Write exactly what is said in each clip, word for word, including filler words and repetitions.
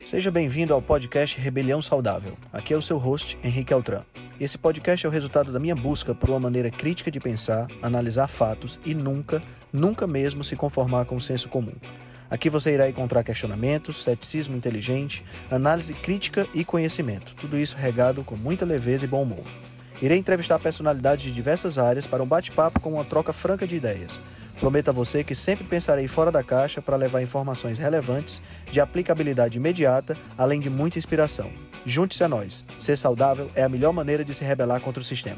Seja bem-vindo ao podcast Rebelião Saudável. Aqui é o seu host, Henrique Altran. Esse podcast é o resultado da minha busca por uma maneira crítica de pensar, analisar fatos e nunca, nunca mesmo se conformar com o senso comum. Aqui você irá encontrar questionamentos, ceticismo inteligente, análise crítica e conhecimento. Tudo isso regado com muita leveza e bom humor. Irei entrevistar personalidades de diversas áreas para um bate-papo com uma troca franca de ideias. Prometo a você que sempre pensarei fora da caixa para levar informações relevantes, de aplicabilidade imediata, além de muita inspiração. Junte-se a nós. Ser saudável é a melhor maneira de se rebelar contra o sistema.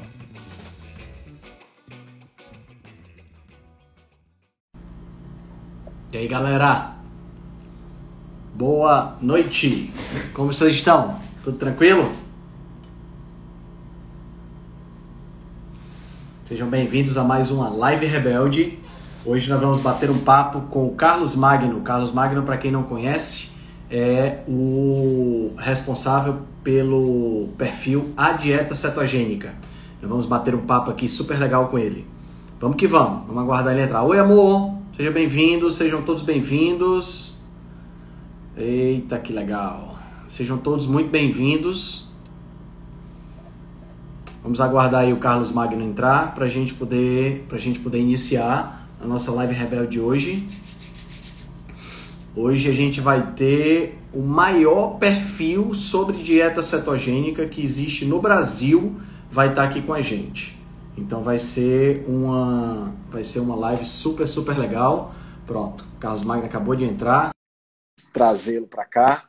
E aí, galera? Boa noite! Como vocês estão? Tudo tranquilo? Sejam bem-vindos a mais uma Live Rebelde. Hoje nós vamos bater um papo com o Carlos Magno. Carlos Magno, para quem não conhece, é o responsável pelo perfil A Dieta Cetogênica. Nós vamos bater um papo aqui super legal com ele. Vamos que vamos, vamos aguardar ele entrar. Oi, amor! Seja bem-vindo, sejam todos bem-vindos. Eita, que legal! Sejam todos muito bem-vindos. Vamos aguardar aí o Carlos Magno entrar para a gente poder, pra gente poder iniciar a nossa Live Rebelde de hoje. Hoje a gente vai ter o maior perfil sobre dieta cetogênica que existe no Brasil, vai estar aqui com a gente. Então vai ser uma, vai ser uma live super, super legal. Pronto, o Carlos Magno acabou de entrar. Trazê-lo para cá.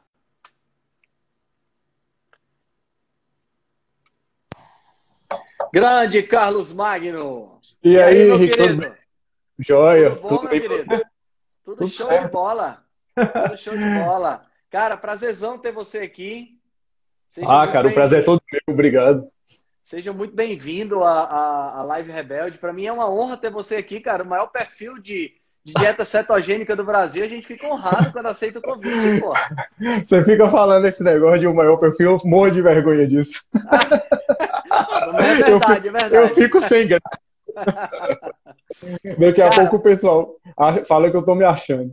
Grande Carlos Magno! E, e aí, Henrique, querido? Joia, tudo bom, tudo meu bem? querido? Tudo, Tudo show certo. de bola. Tudo show de bola. Cara, prazerzão ter você aqui. Seja Ah, muito cara, o prazer é todo meu, obrigado. Seja muito bem-vindo à, à, à Live Rebelde. Para mim é uma honra ter você aqui, cara. O maior perfil de, de dieta cetogênica do Brasil. A gente fica honrado quando aceita o convite, pô. Você fica falando esse negócio de um maior perfil, eu morro de vergonha disso. Não, mas é verdade, eu, fico, é verdade. eu fico sem graça. Daqui a Cara, pouco o pessoal fala que eu tô me achando.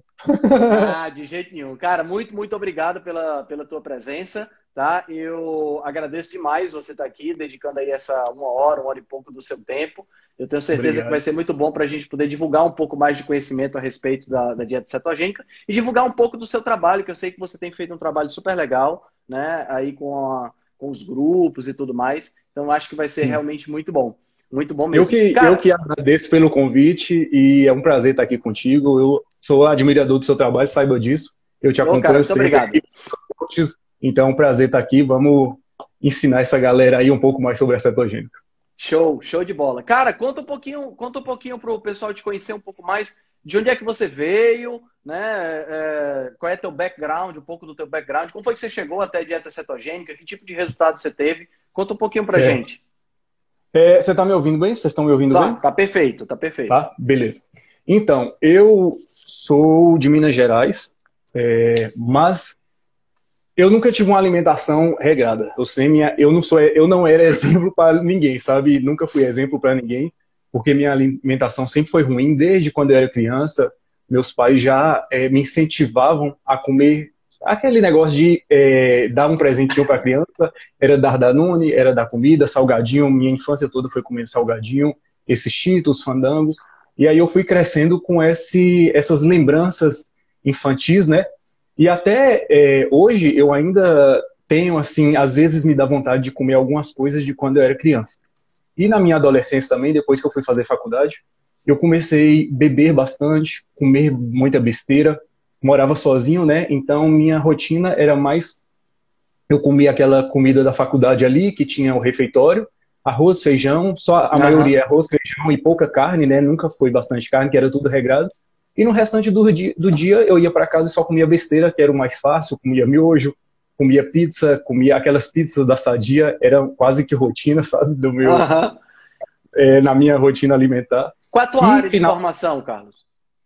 Ah, de jeito nenhum. Cara, muito, muito obrigado pela, pela tua presença, tá? Eu agradeço demais você estar aqui, dedicando aí essa uma hora, uma hora e pouco do seu tempo. Eu tenho certeza Obrigado. que vai ser muito bom para a gente poder divulgar um pouco mais de conhecimento a respeito da, da dieta cetogênica e divulgar um pouco do seu trabalho, que eu sei que você tem feito um trabalho super legal, né? Aí com, a, com os grupos e tudo mais. Então, acho que vai ser Sim. realmente muito bom. Muito bom mesmo. Eu que, Cara, eu que agradeço pelo convite e é um prazer estar aqui contigo. Eu sou admirador do seu trabalho, saiba disso. Eu te Ô, acompanho cara, muito sempre. obrigado. Então é um prazer estar aqui. Vamos ensinar essa galera aí um pouco mais sobre a cetogênica. Show, show de bola. Cara, conta um pouquinho, conta um pouquinho pro pessoal te conhecer um pouco mais de onde é que você veio, né? É, qual é teu background, um pouco do teu background, como foi que você chegou até a dieta cetogênica, que tipo de resultado você teve? Conta um pouquinho pra Certo. gente. É, você tá me ouvindo bem? Vocês estão me ouvindo Tá, bem? tá perfeito, tá perfeito. Tá? Beleza. Então, eu sou de Minas Gerais, é, mas eu nunca tive uma alimentação regrada. Eu, sei minha, eu, não sou, eu não era exemplo para ninguém, sabe? Nunca fui exemplo para ninguém, porque minha alimentação sempre foi ruim. Desde quando eu era criança, meus pais já é, me incentivavam a comer aquele negócio de é, dar um presentinho para a criança, era dar Danone, era dar comida, salgadinho. Minha infância toda foi comendo salgadinho, esses Cheetos, fandangos. E aí eu fui crescendo com esse, essas lembranças infantis, né? E até é, hoje eu ainda tenho, assim, às vezes me dá vontade de comer algumas coisas de quando eu era criança. E na minha adolescência também, depois que eu fui fazer faculdade, eu comecei a beber bastante, comer muita besteira. Morava sozinho, né? Então minha rotina era mais... Eu comia aquela comida da faculdade ali, que tinha o refeitório, arroz, feijão, só a Aham. maioria é arroz, feijão e pouca carne, né? Nunca foi bastante carne, que era tudo regrado. E no restante do dia, do dia eu ia para casa e só comia besteira, que era o mais fácil, comia miojo, comia pizza, comia aquelas pizzas da Sadia, era quase que rotina, sabe? Do meu, Aham. é, na minha rotina alimentar. Qual é a tua E, área final, de formação, Carlos?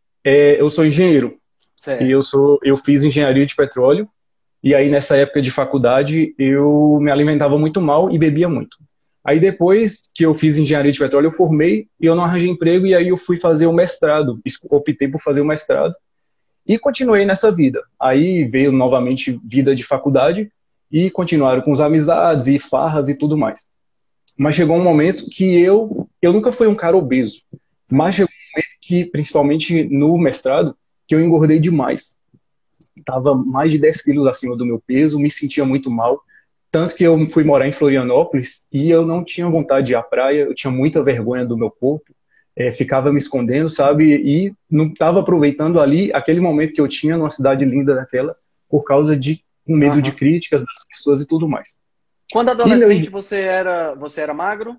É, eu sou engenheiro. Certo. E eu, sou, eu fiz engenharia de petróleo. E aí, nessa época de faculdade, eu me alimentava muito mal e bebia muito. Aí, depois que eu fiz engenharia de petróleo, eu formei e eu não arranjei emprego. E aí, eu fui fazer o mestrado. Optei por fazer o mestrado. E continuei nessa vida. Aí veio novamente vida de faculdade e continuaram com as amizades e farras e tudo mais. Mas chegou um momento que eu, eu nunca fui um cara obeso, mas chegou um momento que, principalmente no mestrado, que eu engordei demais. Estava mais de dez quilos acima do meu peso, me sentia muito mal. Tanto que eu fui morar em Florianópolis e eu não tinha vontade de ir à praia, eu tinha muita vergonha do meu corpo, é, ficava me escondendo, sabe? E não estava aproveitando ali aquele momento que eu tinha numa cidade linda daquela, por causa de um medo Uhum. de críticas das pessoas e tudo mais. Quando adolescente, meu... você era, você era magro?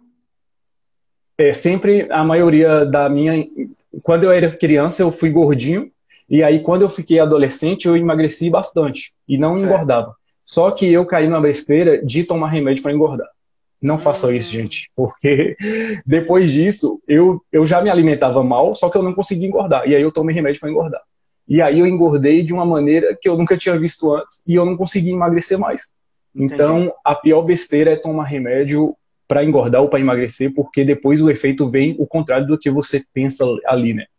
É, sempre a maioria da minha... Quando eu era criança, eu fui gordinho, e aí quando eu fiquei adolescente, eu emagreci bastante, e não certo. engordava. Só que eu caí na besteira de tomar remédio para engordar. Não façam hum. isso, gente, porque depois disso, eu, eu já me alimentava mal, só que eu não conseguia engordar, e aí eu tomei remédio para engordar. E aí eu engordei de uma maneira que eu nunca tinha visto antes, e eu não conseguia emagrecer mais. Entendi. Então, a pior besteira é tomar remédio para engordar ou para emagrecer, porque depois o efeito vem o contrário do que você pensa ali, né?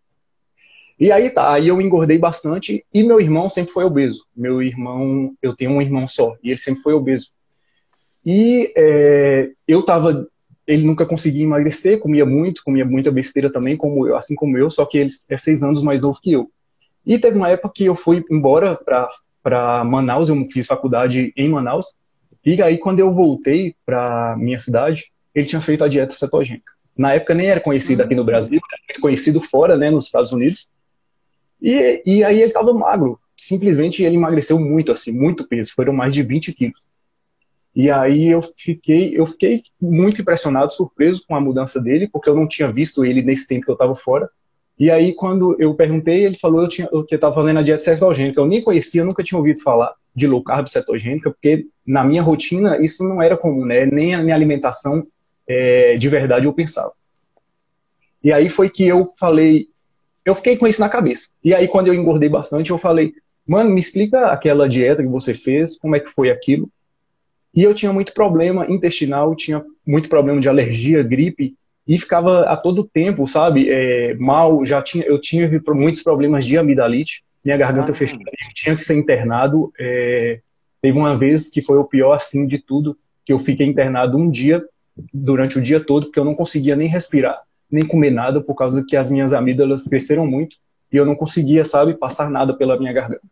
E aí tá, aí eu engordei bastante e meu irmão sempre foi obeso. Meu irmão, eu tenho um irmão só, e ele sempre foi obeso. E é, eu tava, ele nunca conseguia emagrecer, comia muito, comia muita besteira também, como eu, assim como eu, só que ele é seis anos mais novo que eu. E teve uma época que eu fui embora para para Manaus, eu fiz faculdade em Manaus, e aí quando eu voltei para minha cidade, ele tinha feito a dieta cetogênica. Na época nem era conhecido aqui no Brasil, era muito conhecido fora, né, nos Estados Unidos, e, e aí ele estava magro, simplesmente ele emagreceu muito, assim, muito peso, foram mais de vinte quilos. E aí eu fiquei, eu fiquei muito impressionado, surpreso com a mudança dele, porque eu não tinha visto ele nesse tempo que eu estava fora. E aí, quando eu perguntei, ele falou que eu estava fazendo a dieta cetogênica. Eu nem conhecia, nunca tinha ouvido falar de low carb cetogênica, porque na minha rotina isso não era comum, né? Nem a minha alimentação é, de verdade eu pensava. E aí foi que eu falei, eu fiquei com isso na cabeça. E aí, quando eu engordei bastante, eu falei, mano, me explica aquela dieta que você fez, como é que foi aquilo. E eu tinha muito problema intestinal, tinha muito problema de alergia, gripe, e ficava a todo tempo, sabe, é, mal, já tinha, eu tinha muitos problemas de amidalite, minha garganta ah, fechada, eu tinha que ser internado, é, teve uma vez que foi o pior, assim, de tudo, que eu fiquei internado um dia, durante o dia todo, porque eu não conseguia nem respirar, nem comer nada, por causa que as minhas amígdalas cresceram muito, e eu não conseguia, sabe, passar nada pela minha garganta.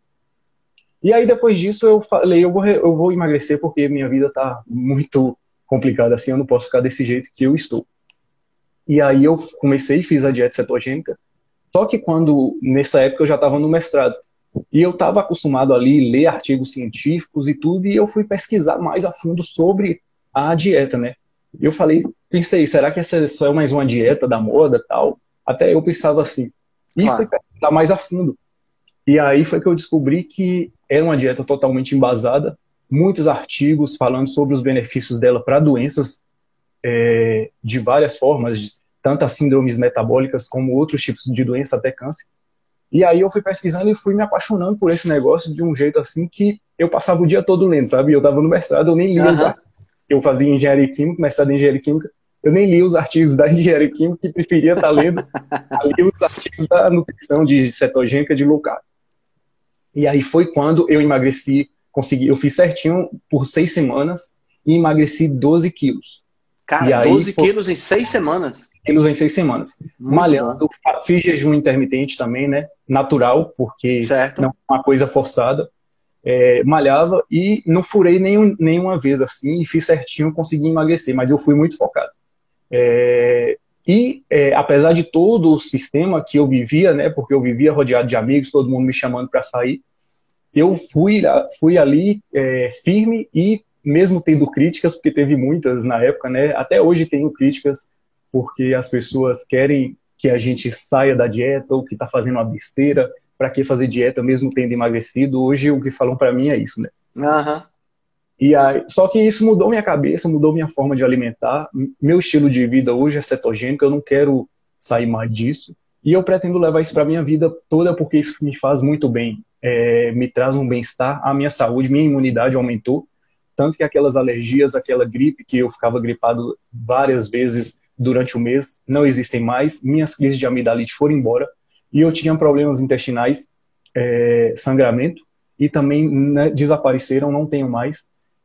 E aí, depois disso, eu falei, eu vou, eu vou emagrecer, porque minha vida tá muito complicada, assim, eu não posso ficar desse jeito que eu estou. E aí eu comecei e fiz a dieta cetogênica. Só que quando, nessa época, eu já estava no mestrado. E eu estava acostumado ali a ler artigos científicos e tudo, e eu fui pesquisar mais a fundo sobre a dieta, né? E eu falei, pensei, será que essa é só mais uma dieta da moda tal? Até eu pensava assim. E claro. Fui pesquisar mais a fundo. E aí foi que eu descobri que era uma dieta totalmente embasada, muitos artigos falando sobre os benefícios dela para doenças É, de várias formas, tanto as síndromes metabólicas como outros tipos de doença, até câncer. E aí eu fui pesquisando e fui me apaixonando por esse negócio de um jeito assim que eu passava o dia todo lendo, sabe? Eu tava no mestrado, eu nem lia uhum. os artigos. Eu fazia engenharia química, mestrado em engenharia química, eu nem li os artigos da engenharia química e preferia estar lendo ali os artigos da nutrição de cetogênica, de low carb. E aí foi quando eu emagreci, consegui, eu fiz certinho por seis semanas e emagreci doze quilos. Cara, e aí, doze quilos em seis semanas? Quilos em seis semanas. Muito malhando, bom. Fiz jejum intermitente também, né? Natural, porque certo. Não é uma coisa forçada. É, malhava e não furei nenhum, nenhuma vez assim, e fiz certinho, consegui emagrecer, mas eu fui muito focado. É, e é, apesar de todo o sistema que eu vivia, né? Porque eu vivia rodeado de amigos, todo mundo me chamando para sair, eu fui, fui ali é, firme e mesmo tendo críticas, porque teve muitas na época, né? Até hoje tenho críticas, porque as pessoas querem que a gente saia da dieta ou que está fazendo uma besteira. Para que fazer dieta mesmo tendo emagrecido? Hoje o que falam para mim é isso, né? Uhum. E aí, só que isso mudou minha cabeça, mudou minha forma de alimentar. Meu estilo de vida hoje é cetogênico, eu não quero sair mais disso. E eu pretendo levar isso para minha vida toda, porque isso me faz muito bem. É, me traz um bem-estar, a minha saúde, minha imunidade aumentou. Tanto que aquelas alergias, aquela gripe que eu ficava gripado várias vezes durante o mês, não existem mais. Minhas crises de amidalite foram embora. E eu tinha problemas intestinais é, sangramento e também, né, desapareceram, não tenho mais.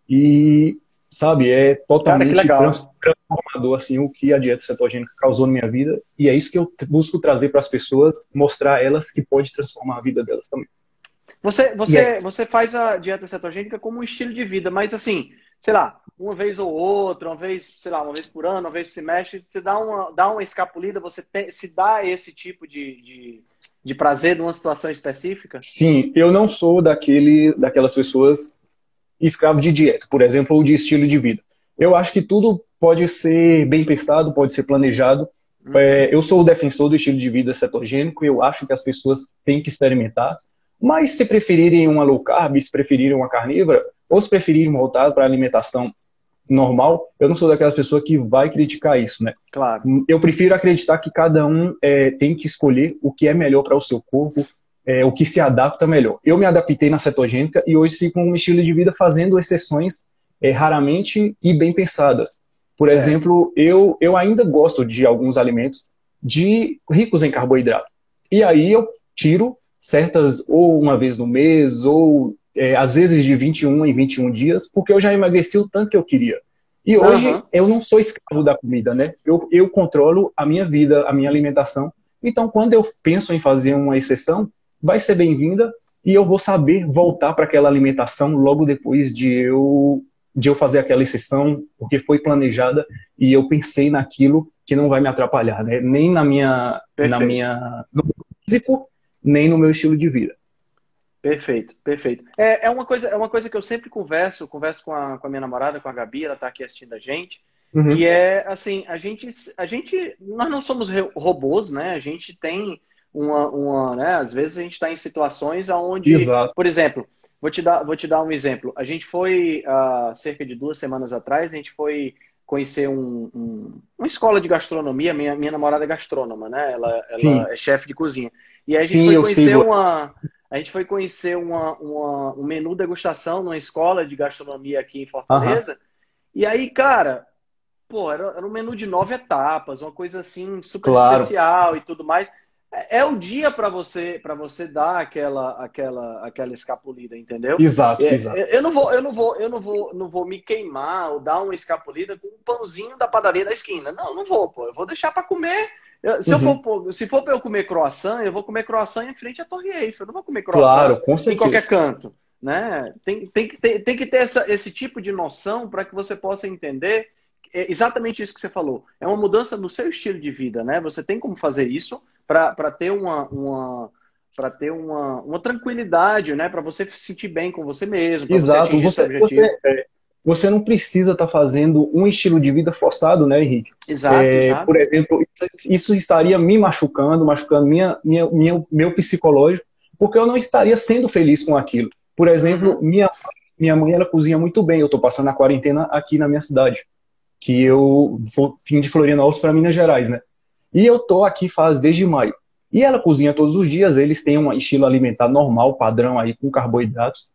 E, sabe, é totalmente Cara, trans, transformador assim, o que a dieta cetogênica causou na minha vida. E é isso que eu busco trazer para as pessoas, mostrar a elas que pode transformar a vida delas também. Você, você, você faz a dieta cetogênica como um estilo de vida, mas assim, sei lá, uma vez ou outra, uma vez, sei lá, uma vez por ano, uma vez por semestre, você dá uma, dá uma escapulida, você te, se dá esse tipo de, de, de prazer numa situação específica? Sim, eu não sou daquele, daquelas pessoas escravo de dieta, por exemplo, ou de estilo de vida. Eu acho que tudo pode ser bem pensado, pode ser planejado. Uhum. É, eu sou o defensor do estilo de vida cetogênico, eu acho que as pessoas têm que experimentar. Mas se preferirem uma low carb, se preferirem uma carnívora, ou se preferirem voltar para a alimentação normal, eu não sou daquelas pessoas que vai criticar isso, né? Claro. Eu prefiro acreditar que cada um é, tem que escolher o que é melhor para o seu corpo, é, o que se adapta melhor. Eu me adaptei na cetogênica e hoje sigo com um estilo de vida fazendo exceções é, raramente e bem pensadas. Por certo. exemplo, eu, eu ainda gosto de alguns alimentos de, ricos em carboidrato. E aí eu tiro certas, ou uma vez no mês, ou é, às vezes de vinte e um em vinte e um dias, porque eu já emagreci o tanto que eu queria. E hoje uhum. eu não sou escravo da comida, né? Eu, eu controlo a minha vida, a minha alimentação. Então, quando eu penso em fazer uma exceção, vai ser bem-vinda e eu vou saber voltar para aquela alimentação logo depois de eu, de eu fazer aquela exceção, porque foi planejada e eu pensei naquilo que não vai me atrapalhar, né? Nem na minha, na minha, no físico, nem no meu estilo de vida. Perfeito, perfeito. É, é, uma coisa, é uma coisa que eu sempre converso, converso com a, com a minha namorada, com a Gabi, ela está aqui assistindo a gente, uhum. que é, assim, a gente, a gente, nós não somos robôs, né? A gente tem uma, uma né? Às vezes a gente está em situações onde, Exato. por exemplo, vou te dar, vou te dar um exemplo. A gente foi, há cerca de duas semanas atrás, a gente foi conhecer um, um, uma escola de gastronomia, minha, minha namorada é gastrônoma, né? Ela, ela é chefe de cozinha. E aí a gente Sim, foi conhecer uma... A gente foi conhecer uma, uma, um menu degustação numa escola de gastronomia aqui em Fortaleza. Uhum. E aí, cara, pô, era, era um menu de nove etapas, uma coisa assim super claro. especial e tudo mais. É, é o dia para você para você dar aquela aquela aquela escapulida, entendeu? Exato, é, exato. Eu não vou eu não vou eu não vou não vou me queimar ou dar uma escapulida com um pãozinho da padaria da esquina. Não, não vou, pô. Eu vou deixar para comer. Eu, se, uhum. eu for, se for para eu comer croissant, eu vou comer croissant em frente à Torre Eiffel. Eu não vou comer croissant claro, com certeza. em qualquer canto. Né? Tem, tem, que ter, tem que ter essa, esse tipo de noção para que você possa entender exatamente isso que você falou. É uma mudança no seu estilo de vida. Né? Você tem como fazer isso para ter uma... uma para ter uma, uma tranquilidade, né? Para você se sentir bem com você mesmo, para você atingir você, seu objetivo. Você, é, você não precisa estar tá fazendo um estilo de vida forçado, né, Henrique? Exato, é, exato. Por exemplo, isso estaria me machucando, machucando minha, minha, minha, meu psicológico, porque eu não estaria sendo feliz com aquilo. Por exemplo, uhum. minha, minha mãe, ela cozinha muito bem. Eu estou passando a quarentena aqui na minha cidade, que eu vim de Florianópolis para Minas Gerais, né? E eu estou aqui faz desde maio. E ela cozinha todos os dias, eles têm um estilo alimentar normal, padrão aí, com carboidratos.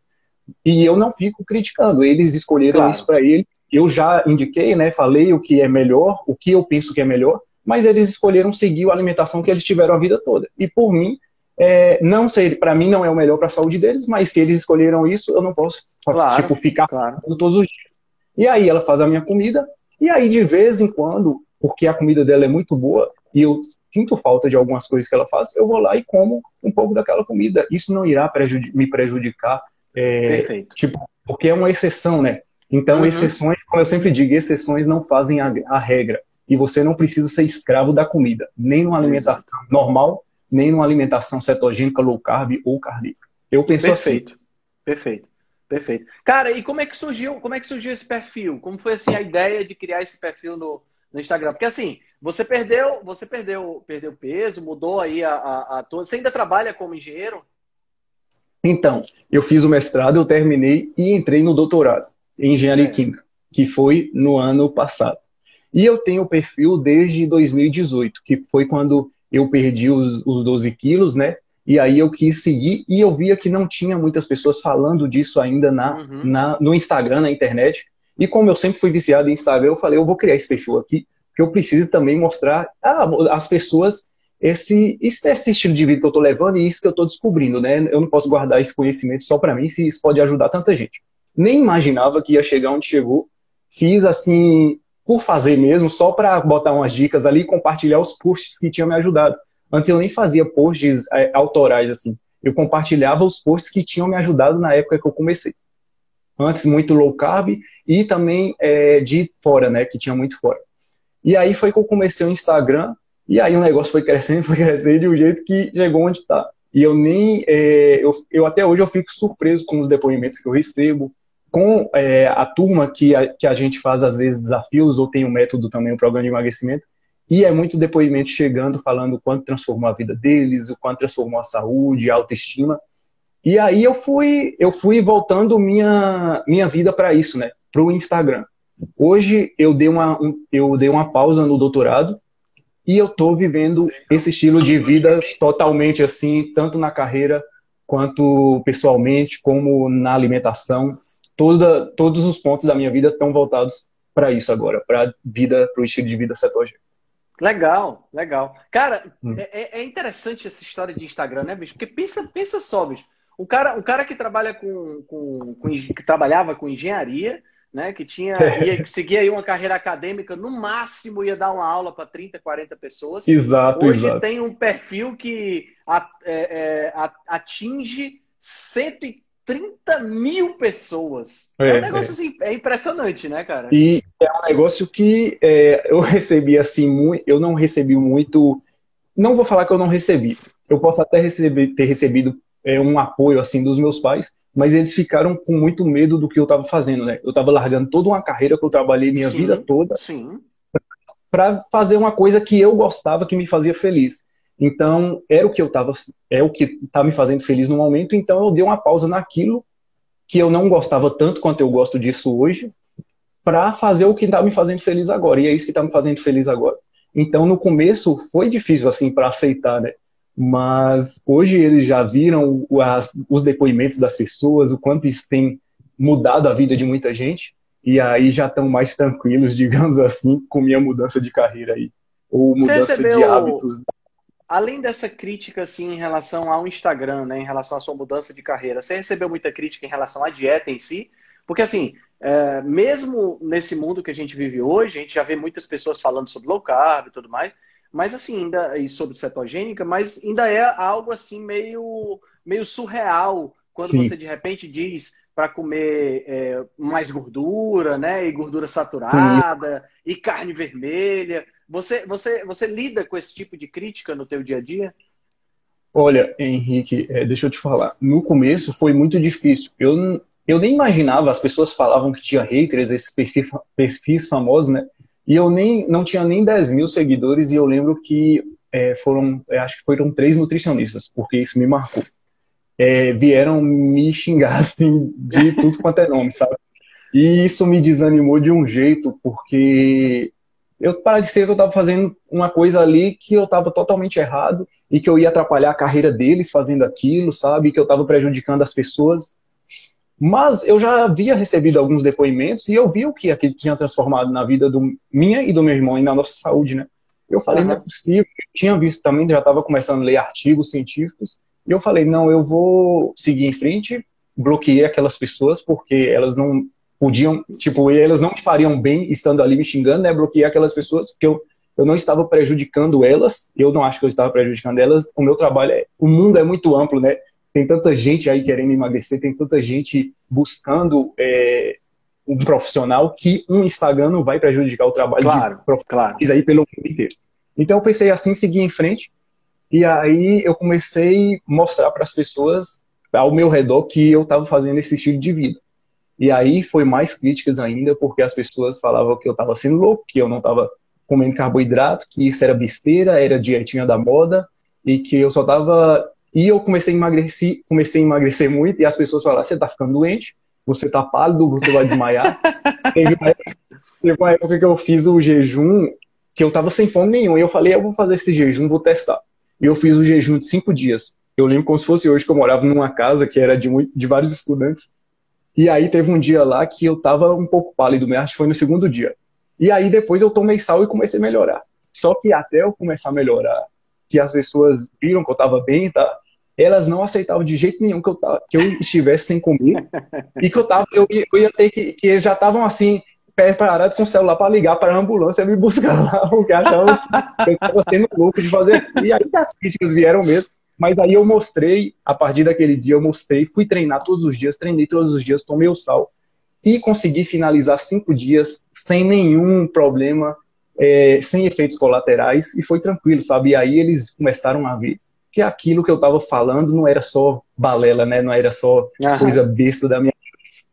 E eu não fico criticando, eles escolheram claro. isso para ele. Eu já indiquei, né, falei o que é melhor, o que eu penso que é melhor, mas eles escolheram seguir a alimentação que eles tiveram a vida toda. E por mim, é, não sei, para mim não é o melhor para a saúde deles, mas se eles escolheram isso, eu não posso claro, tipo, ficar claro. todos os dias. E aí ela faz a minha comida, e aí de vez em quando, porque a comida dela é muito boa, e eu sinto falta de algumas coisas que ela faz, eu vou lá e como um pouco daquela comida. Isso não irá prejudi- me prejudicar, é, Perfeito. Tipo, porque é uma exceção, né? Então, uhum. exceções, como eu sempre digo, exceções não fazem a, a regra. E você não precisa ser escravo da comida, nem numa alimentação Exato. normal, nem numa alimentação cetogênica, low carb ou carnívora. Eu penso Perfeito. assim. Perfeito. Perfeito. Cara, e como é que surgiu, como é que surgiu esse perfil? Como foi assim a ideia de criar esse perfil no, no Instagram? Porque assim, você perdeu, você perdeu, perdeu peso, mudou aí a, a, a tua... Você ainda trabalha como engenheiro? Então, eu fiz o mestrado, eu terminei e entrei no doutorado em engenharia é. química, que foi no ano passado. E eu tenho o perfil desde dois mil e dezoito, que foi quando eu perdi os, os doze quilos, né? E aí eu quis seguir e eu via que não tinha muitas pessoas falando disso ainda na, uhum. na, no Instagram, na internet. E como eu sempre fui viciado em Instagram, eu falei, eu vou criar esse perfil aqui, porque eu preciso também mostrar às pessoas esse, esse, esse estilo de vida que eu tô levando e isso que eu tô descobrindo, né? Eu não posso guardar esse conhecimento só para mim, se isso pode ajudar tanta gente. Nem imaginava que ia chegar onde chegou. Fiz assim, por fazer mesmo, só para botar umas dicas ali e compartilhar os posts que tinham me ajudado. Antes eu nem fazia posts é, autorais, assim. Eu compartilhava os posts que tinham me ajudado na época que eu comecei. Antes muito low carb e também é, de fora, né? Que tinha muito fora. E aí foi que eu comecei o Instagram, e aí o negócio foi crescendo, foi crescendo, de um jeito que chegou onde está. E eu nem, é, eu, eu até hoje eu fico surpreso com os depoimentos que eu recebo, com é, a turma que a, que a gente faz às vezes desafios, ou tem um método também, um programa de emagrecimento, e é muito depoimento chegando, falando o quanto transformou a vida deles, o quanto transformou a saúde, a autoestima. E aí eu fui, eu fui voltando minha, minha vida para isso, né? Para o Instagram. Hoje eu dei, uma, um, eu dei uma pausa no doutorado e eu estou vivendo esse estilo de vida totalmente assim, tanto na carreira quanto pessoalmente, como na alimentação. Toda, todos os pontos da minha vida estão voltados para isso agora, para vida, para o estilo de vida cetogênico. Legal, legal. Cara, Hum. é, é interessante essa história de Instagram, né, bicho? Porque pensa, pensa só, bicho. Um cara, um cara que trabalha com, com, com que trabalhava com engenharia, né, que tinha ia seguir aí uma carreira acadêmica, no máximo ia dar uma aula para trinta, quarenta pessoas. Exato, Hoje exato. tem um perfil que é, é, atinge cento e trinta mil pessoas. É, é um negócio é. assim, é impressionante, né, cara? E é um negócio que é, eu recebi assim, muito, eu não recebi muito, não vou falar que eu não recebi, eu posso até receber, ter recebido é, um apoio assim dos meus pais, mas eles ficaram com muito medo do que eu estava fazendo, né? Eu estava largando toda uma carreira que eu trabalhei minha sim, vida toda para fazer uma coisa que eu gostava, que me fazia feliz. Então, era o que eu estava, é o que está me fazendo feliz no momento, então eu dei uma pausa naquilo que eu não gostava tanto quanto eu gosto disso hoje, para fazer o que está me fazendo feliz agora. E é isso que está me fazendo feliz agora. Então, no começo, foi difícil assim para aceitar, né? Mas hoje eles já viram as, os depoimentos das pessoas, o quanto isso tem mudado a vida de muita gente, e aí já estão mais tranquilos, digamos assim, com minha mudança de carreira aí, ou mudança recebeu, de hábitos. Além dessa crítica assim, em relação ao Instagram, né, em relação à sua mudança de carreira, você recebeu muita crítica em relação à dieta em si? Porque assim, é, mesmo nesse mundo que a gente vive hoje, a gente já vê muitas pessoas falando sobre low carb e tudo mais, mas assim, ainda, e sobre cetogênica, mas ainda é algo assim meio, meio surreal quando Sim. você de repente diz para comer é, mais gordura, né? E gordura saturada, Sim. e carne vermelha. Você, você, você lida com esse tipo de crítica no teu dia a dia? Olha, Henrique, é, deixa eu te falar. No começo foi muito difícil. Eu, eu nem imaginava, as pessoas falavam que tinha haters, esses perfis, perfis famosos, né? E eu nem, não tinha nem dez mil seguidores, e eu lembro que é, foram, acho que foram três nutricionistas, porque isso me marcou. É, vieram me xingar, assim, de tudo quanto é nome, sabe? E isso me desanimou de um jeito, porque eu parecia que eu estava fazendo uma coisa ali que eu estava totalmente errado, e que eu ia atrapalhar a carreira deles fazendo aquilo, sabe? E que eu estava prejudicando as pessoas. Mas eu já havia recebido alguns depoimentos e eu vi o que aquilo tinha transformado na vida do, minha e do meu irmão e na nossa saúde, né? Eu falei, uhum. não é possível. Eu tinha visto também, já estava começando a ler artigos científicos. E eu falei, não, eu vou seguir em frente. Bloqueei aquelas pessoas porque elas não podiam, tipo, elas não me fariam bem estando ali me xingando, né? Bloqueei aquelas pessoas porque eu, eu não estava prejudicando elas. Eu não acho que eu estava prejudicando elas. O meu trabalho é... O mundo é muito amplo, né? Tem tanta gente aí querendo emagrecer, tem tanta gente buscando é, um profissional que um Instagram não vai prejudicar o trabalho claro, de profissionais claro. aí pelo mundo inteiro. Então eu pensei assim, seguir em frente, e aí eu comecei a mostrar para as pessoas ao meu redor que eu estava fazendo esse estilo de vida. E aí foi mais críticas ainda, porque as pessoas falavam que eu estava sendo louco, que eu não estava comendo carboidrato, que isso era besteira, era dietinha da moda, e que eu só estava... E eu comecei a emagrecer, comecei a emagrecer muito, e as pessoas falaram, você tá ficando doente, você tá pálido, você vai desmaiar. teve, uma época, teve uma época que eu fiz o jejum, que eu tava sem fome nenhuma, e eu falei, eu vou fazer esse jejum, vou testar. E eu fiz o jejum de cinco dias. Eu lembro como se fosse hoje, que eu morava numa casa que era de, muito, de vários estudantes, e aí teve um dia lá que eu tava um pouco pálido, acho que foi no segundo dia. E aí depois eu tomei sal e comecei a melhorar. Só que até eu começar a melhorar, que as pessoas viram que eu estava bem, tá? Elas não aceitavam de jeito nenhum que eu, tava, que eu estivesse sem comer e que eu, tava, eu, ia, eu ia ter que, que eles já estavam assim, preparado com o celular para ligar para a ambulância e me buscar lá, porque achavam que eu estava sendo louco de fazer aquilo. E aí as críticas vieram mesmo, mas aí eu mostrei, a partir daquele dia eu mostrei, fui treinar todos os dias, treinei todos os dias, tomei o sal e consegui finalizar cinco dias sem nenhum problema, é, sem efeitos colaterais, e foi tranquilo, sabe? E aí eles começaram a ver que aquilo que eu estava falando não era só balela, né? Não era só Aham. coisa besta da minha.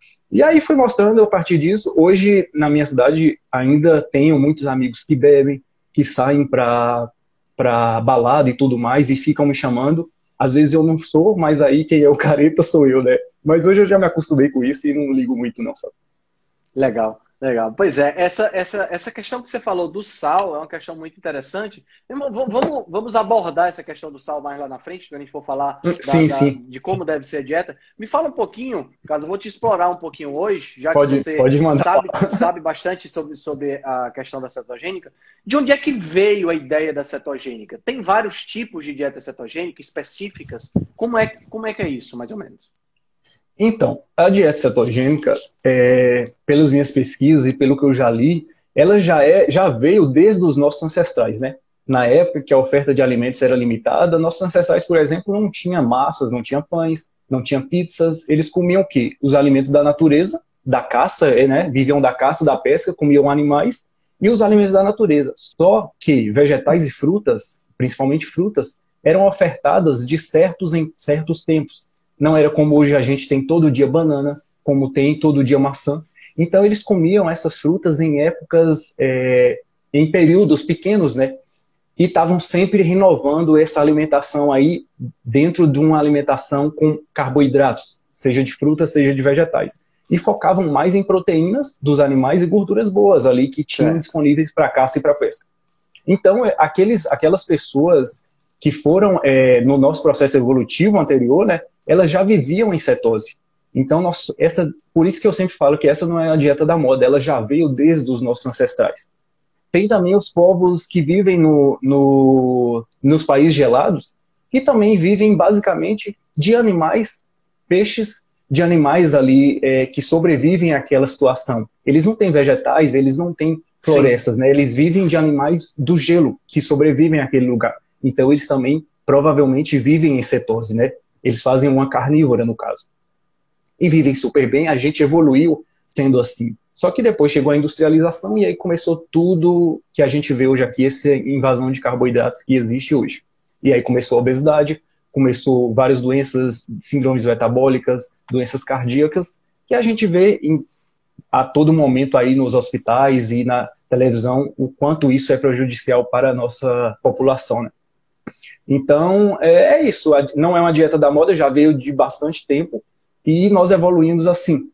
E aí fui mostrando a partir disso. Hoje, na minha cidade, ainda tenho muitos amigos que bebem, que saem para para balada e tudo mais, e ficam me chamando. Às vezes eu não sou, mas aí quem é o careta sou eu, né? Mas hoje eu já me acostumei com isso e não ligo muito não, sabe? Legal, legal. Pois é, essa, essa, essa questão que você falou do sal é uma questão muito interessante. Vamos, vamos abordar essa questão do sal mais lá na frente, quando a gente for falar da, Sim, da, sim. de como deve ser a dieta. Me fala um pouquinho, Carlos, eu vou te explorar um pouquinho hoje, já Pode, que você pode mandar. sabe, sabe bastante sobre, sobre a questão da cetogênica. De onde é que veio a ideia da cetogênica? Tem vários tipos de dieta cetogênica específicas. Como é, como é que é isso, mais ou menos? Então, a dieta cetogênica, é, pelas minhas pesquisas e pelo que eu já li, ela já, é, já veio desde os nossos ancestrais, né? Na época que a oferta de alimentos era limitada, nossos ancestrais, por exemplo, não tinham massas, não tinham pães, não tinham pizzas. Eles comiam o quê? Os alimentos da natureza, da caça, né? Viviam da caça, da pesca, comiam animais, e os alimentos da natureza. Só que vegetais e frutas, principalmente frutas, eram ofertadas de certos em certos tempos. Não era como hoje a gente tem todo dia banana, como tem todo dia maçã. Então eles comiam essas frutas em épocas, é, em períodos pequenos, né? E estavam sempre renovando essa alimentação aí dentro de uma alimentação com carboidratos, seja de frutas, seja de vegetais. E focavam mais em proteínas dos animais e gorduras boas ali que tinham Certo. disponíveis para caça e para pesca. Então, aqueles, aquelas pessoas que foram é, no nosso processo evolutivo anterior, né, elas já viviam em cetose. Então, nós, essa, por isso que eu sempre falo que essa não é a dieta da moda, ela já veio desde os nossos ancestrais. Tem também os povos que vivem no, no, nos países gelados, que também vivem basicamente de animais, peixes, de animais ali é, que sobrevivem àquela situação. Eles não têm vegetais, eles não têm florestas, né? Eles vivem de animais do gelo, que sobrevivem àquele lugar. Então, eles também provavelmente vivem em cetose, né? Eles fazem uma carnívora, no caso. E vivem super bem, a gente evoluiu sendo assim. Só que depois chegou a industrialização e aí começou tudo que a gente vê hoje aqui, essa invasão de carboidratos que existe hoje. E aí começou a obesidade, começou várias doenças, síndromes metabólicas, doenças cardíacas, que a gente vê em, a todo momento aí nos hospitais e na televisão o quanto isso é prejudicial para a nossa população, né? Então, é, é isso. Não é uma dieta da moda, já veio de bastante tempo e nós evoluímos assim.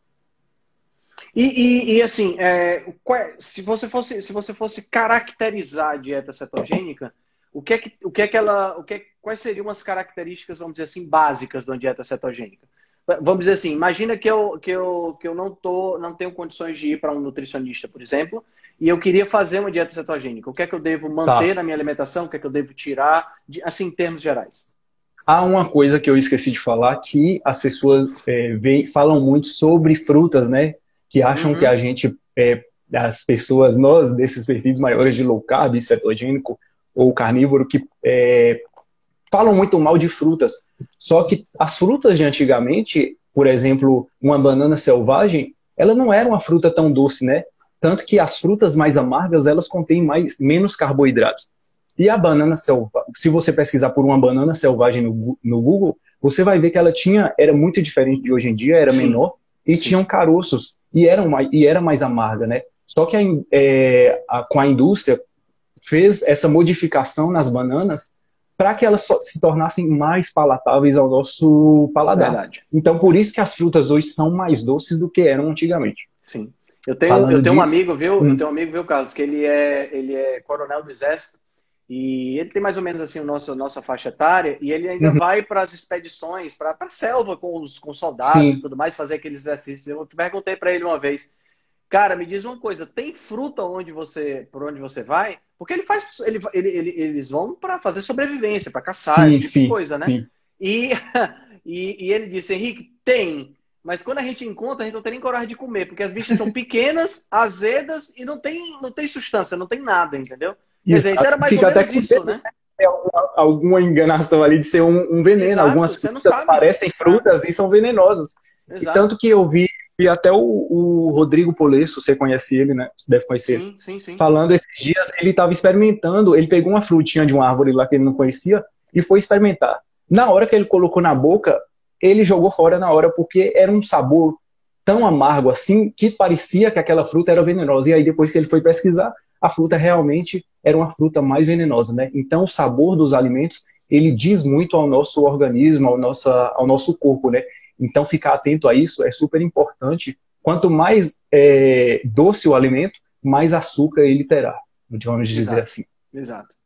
E, e, e assim, é, qual, se, você fosse, se você fosse caracterizar a dieta cetogênica, o que é que, o que, é que ela, o que é, quais seriam as características, vamos dizer assim, básicas de uma dieta cetogênica? Vamos dizer assim, imagina que eu, que eu, que eu não, tô, não tenho condições de ir para um nutricionista, por exemplo, e eu queria fazer uma dieta cetogênica. O que é que eu devo manter Tá. na minha alimentação? O que é que eu devo tirar? De, assim, em termos gerais. Há uma coisa que eu esqueci de falar, que as pessoas é, veem, falam muito sobre frutas, né? Que acham Uhum. que a gente, é, as pessoas, nós, desses perfis maiores de low carb, cetogênico ou carnívoro, que é, falam muito mal de frutas. Só que as frutas de antigamente, por exemplo, uma banana selvagem, ela não era uma fruta tão doce, né? Tanto que as frutas mais amargas, elas contêm mais, menos carboidratos. E a banana selvagem, se você pesquisar por uma banana selvagem no, no Google, você vai ver que ela tinha, era muito diferente de hoje em dia, era Sim. menor, e Sim. tinham caroços, e, eram mais, e era mais amarga, né? Só que a, é, a, com a indústria fez essa modificação nas bananas para que elas so, se tornassem mais palatáveis ao nosso paladar. Verdade. Então, por isso que as frutas hoje são mais doces do que eram antigamente. Sim. Eu tenho, eu tenho disso, um amigo, viu? Hum. Eu tenho um amigo, viu, Carlos, que ele é, ele é coronel do Exército e ele tem mais ou menos assim a nossa, nossa faixa etária e ele ainda Uhum. vai para as expedições, para a selva com os com soldados Sim. e tudo mais, fazer aqueles exercícios. Eu perguntei para ele uma vez, cara, me diz uma coisa, tem fruta onde você, por onde você vai? Porque ele faz, ele, ele, ele- eles vão para fazer sobrevivência, para caçar, esse Sim, tipo de sim, coisa, né? sim. E, e, e ele disse, Henrique, tem, mas quando a gente encontra, a gente não tem nem coragem de comer, porque as bichas são pequenas, azedas e não tem, não tem substância, não tem nada, entendeu? Quer dizer, então Exato. era mais ou Fica até menos com isso, medo, né? né? Alguma, alguma enganação ali de ser um, um veneno. Exato, Algumas você não frutas sabe. parecem frutas e são venenosas. É, E exato. tanto que eu vi, vi até o, o Rodrigo Polesso, você conhece ele, né? Você deve conhecer ele. Sim, sim, sim. Falando esses dias, ele estava experimentando, ele pegou uma frutinha de uma árvore lá que ele não conhecia e foi experimentar. Na hora que ele colocou na boca, ele jogou fora na hora, porque era um sabor tão amargo assim, que parecia que aquela fruta era venenosa. E aí depois que ele foi pesquisar, a fruta realmente era uma fruta mais venenosa, né? Então o sabor dos alimentos, ele diz muito ao nosso organismo, ao, nossa, ao nosso corpo, né? Então ficar atento a isso é super importante. Quanto mais é, doce o alimento, mais açúcar ele terá, vamos dizer Exato, assim. exato.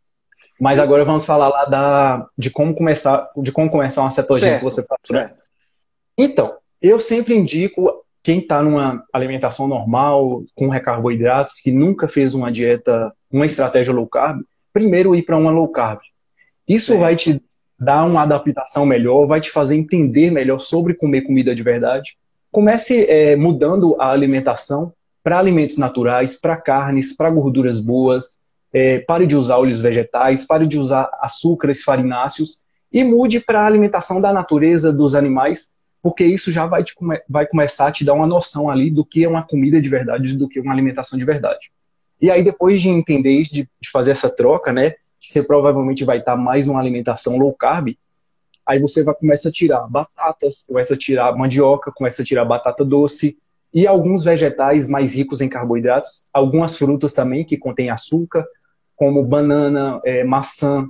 Mas E- agora vamos falar lá da, de como começar, de como começar uma cetogênica que você certo, falou, né? certo. Então, eu sempre indico quem está numa alimentação normal, com carboidratos, que nunca fez uma dieta, uma estratégia low carb, primeiro ir para uma low carb. Isso vai Certo. te dar uma adaptação melhor, vai te fazer entender melhor sobre comer comida de verdade. Comece é, mudando a alimentação para alimentos naturais, para carnes, para gorduras boas. É, pare de usar óleos vegetais, pare de usar açúcares farináceos e mude para a alimentação da natureza, dos animais, porque isso já vai, te come vai começar a te dar uma noção ali do que é uma comida de verdade, do que é uma alimentação de verdade. E aí, depois de entender isso, de, de fazer essa troca, né, que você provavelmente vai estar mais numa alimentação low carb, aí você vai começar a tirar batatas, começa a tirar mandioca, começa a tirar batata doce e alguns vegetais mais ricos em carboidratos, algumas frutas também que contêm açúcar, como banana, é, maçã,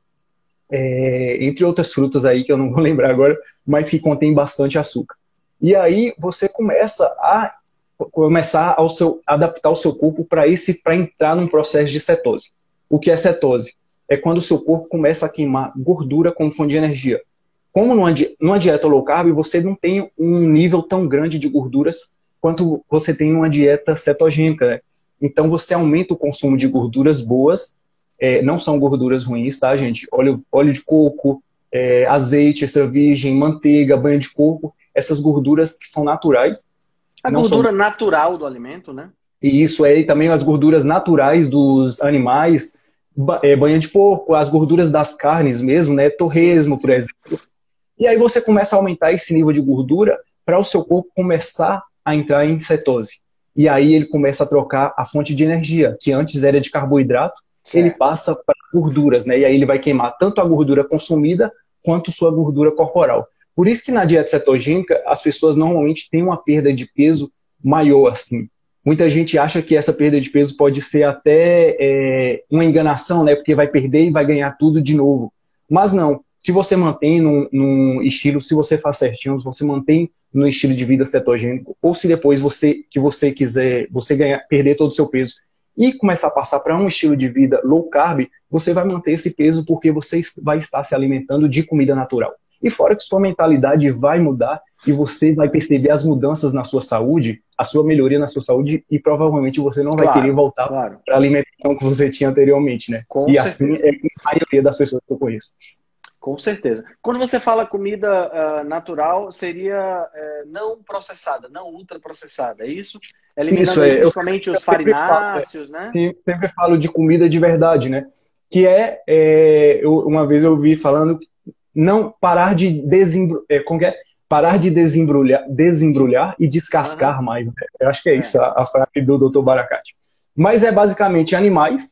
é, entre outras frutas aí que eu não vou lembrar agora, mas que contêm bastante açúcar. E aí você começa a começar ao seu, adaptar o seu corpo para esse, para entrar num processo de cetose. O que é cetose? É quando o seu corpo começa a queimar gordura como fonte de energia. Como numa, numa dieta low carb, você não tem um nível tão grande de gorduras quanto você tem numa dieta cetogênica, né? Então você aumenta o consumo de gorduras boas, é, não são gorduras ruins, tá, gente? Óleo, óleo de coco, é, azeite extra virgem, manteiga, banho de coco, essas gorduras que são naturais. A não gordura são... natural do alimento, né? E isso é também as gorduras naturais dos animais, ba é, banha de porco, as gorduras das carnes mesmo, né? Torresmo, por exemplo. E aí você começa a aumentar esse nível de gordura para o seu corpo começar a entrar em cetose. E aí ele começa a trocar a fonte de energia, que antes era de carboidrato, certo, ele passa para gorduras, né? E aí ele vai queimar tanto a gordura consumida quanto sua gordura corporal. Por isso que na dieta cetogênica as pessoas normalmente têm uma perda de peso maior assim. Muita gente acha que essa perda de peso pode ser até é, uma enganação, né? Porque vai perder e vai ganhar tudo de novo. Mas não. Se você mantém num, num estilo, se você faz certinho, se você mantém no estilo de vida cetogênico, ou se depois você que você quiser, você ganhar, perder todo o seu peso e começar a passar para um estilo de vida low carb, você vai manter esse peso porque você vai estar se alimentando de comida natural. E fora que sua mentalidade vai mudar e você vai perceber as mudanças na sua saúde, a sua melhoria na sua saúde e provavelmente você não vai Claro, querer voltar claro. para a alimentação que você tinha anteriormente, né? Com e certeza. Assim é a maioria das pessoas que eu conheço. Com certeza. Quando você fala comida uh, natural, seria uh, não processada, não ultraprocessada, é isso? Eliminando isso, é, principalmente eu, os eu farináceos, falo, né? Eu sempre falo de comida de verdade, né? Que é, é eu, uma vez eu vi falando, não parar de desembrulhar, é, como que é? Parar de desembrulhar, desembrulhar e descascar uhum. mais. Né? Eu acho que é, é. isso a, a frase do doutor Baracate. Mas é basicamente animais,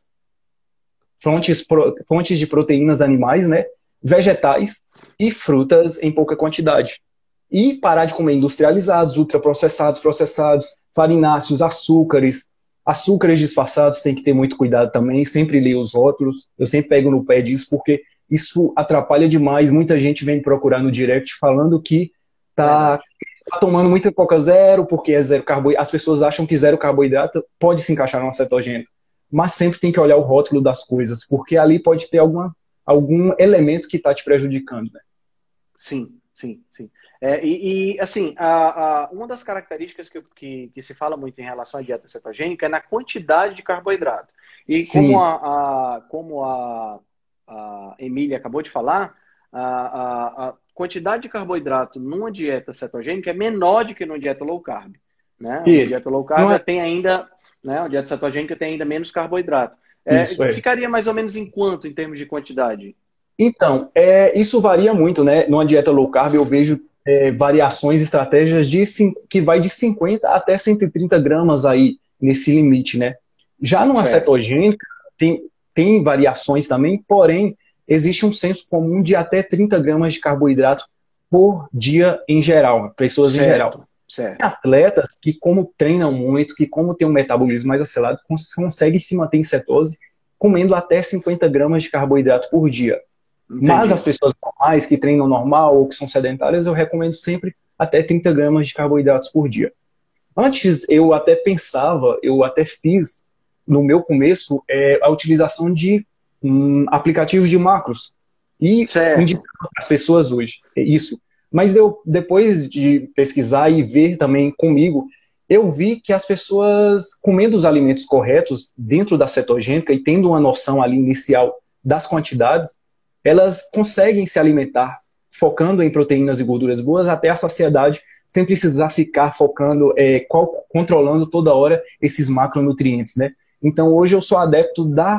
fontes, pro, fontes de proteínas animais, né? Vegetais e frutas em pouca quantidade. E parar de comer industrializados, ultraprocessados, processados, farináceos, açúcares. Açúcares disfarçados tem que ter muito cuidado também, sempre ler os rótulos. Eu sempre pego no pé disso porque isso atrapalha demais. Muita gente vem procurar no direct falando que tá, tá tomando muita Coca Zero porque é zero carboidrato. As pessoas acham que zero carboidrato pode se encaixar numa cetogênica. Mas sempre tem que olhar o rótulo das coisas, porque ali pode ter alguma algum elemento que está te prejudicando, né? Sim, sim, sim. É, e, e, assim, a, a, uma das características que, que, que se fala muito em relação à dieta cetogênica é na quantidade de carboidrato. E como Sim, a, a, como a, a Emília acabou de falar, a, a, a quantidade de carboidrato numa dieta cetogênica é menor do que numa dieta low carb. Né? Uma isso. dieta low Não carb é tem ainda, né, uma dieta cetogênica tem ainda menos carboidrato. É, isso, é. ficaria mais ou menos em quanto em termos de quantidade? Então, é, isso varia muito, né? Numa dieta low carb eu vejo é, variações, estratégias de, cin- que vai de cinquenta até cento e trinta gramas aí, nesse limite, né? Já numa Certo. cetogênica, tem, tem variações também, porém, existe um senso comum de até trinta gramas de carboidrato por dia em geral, pessoas em geral. Certo, certo. Tem atletas que, como treinam muito, que como tem um metabolismo mais acelerado, cons- conseguem se manter em cetose comendo até cinquenta gramas de carboidrato por dia. Mas as Entendi. pessoas normais, que treinam normal ou que são sedentárias, eu recomendo sempre até trinta gramas de carboidratos por dia. Antes, eu até pensava, eu até fiz, no meu começo, é, a utilização de hum, aplicativos de macros. E Certo. indicava para as pessoas hoje, é isso. Mas eu, depois de pesquisar e ver também comigo, eu vi que as pessoas, comendo os alimentos corretos dentro da cetogênica e tendo uma noção ali inicial das quantidades, elas conseguem se alimentar focando em proteínas e gorduras boas até a saciedade, sem precisar ficar focando, é, qual, controlando toda hora esses macronutrientes, né? Então hoje eu sou adepto da,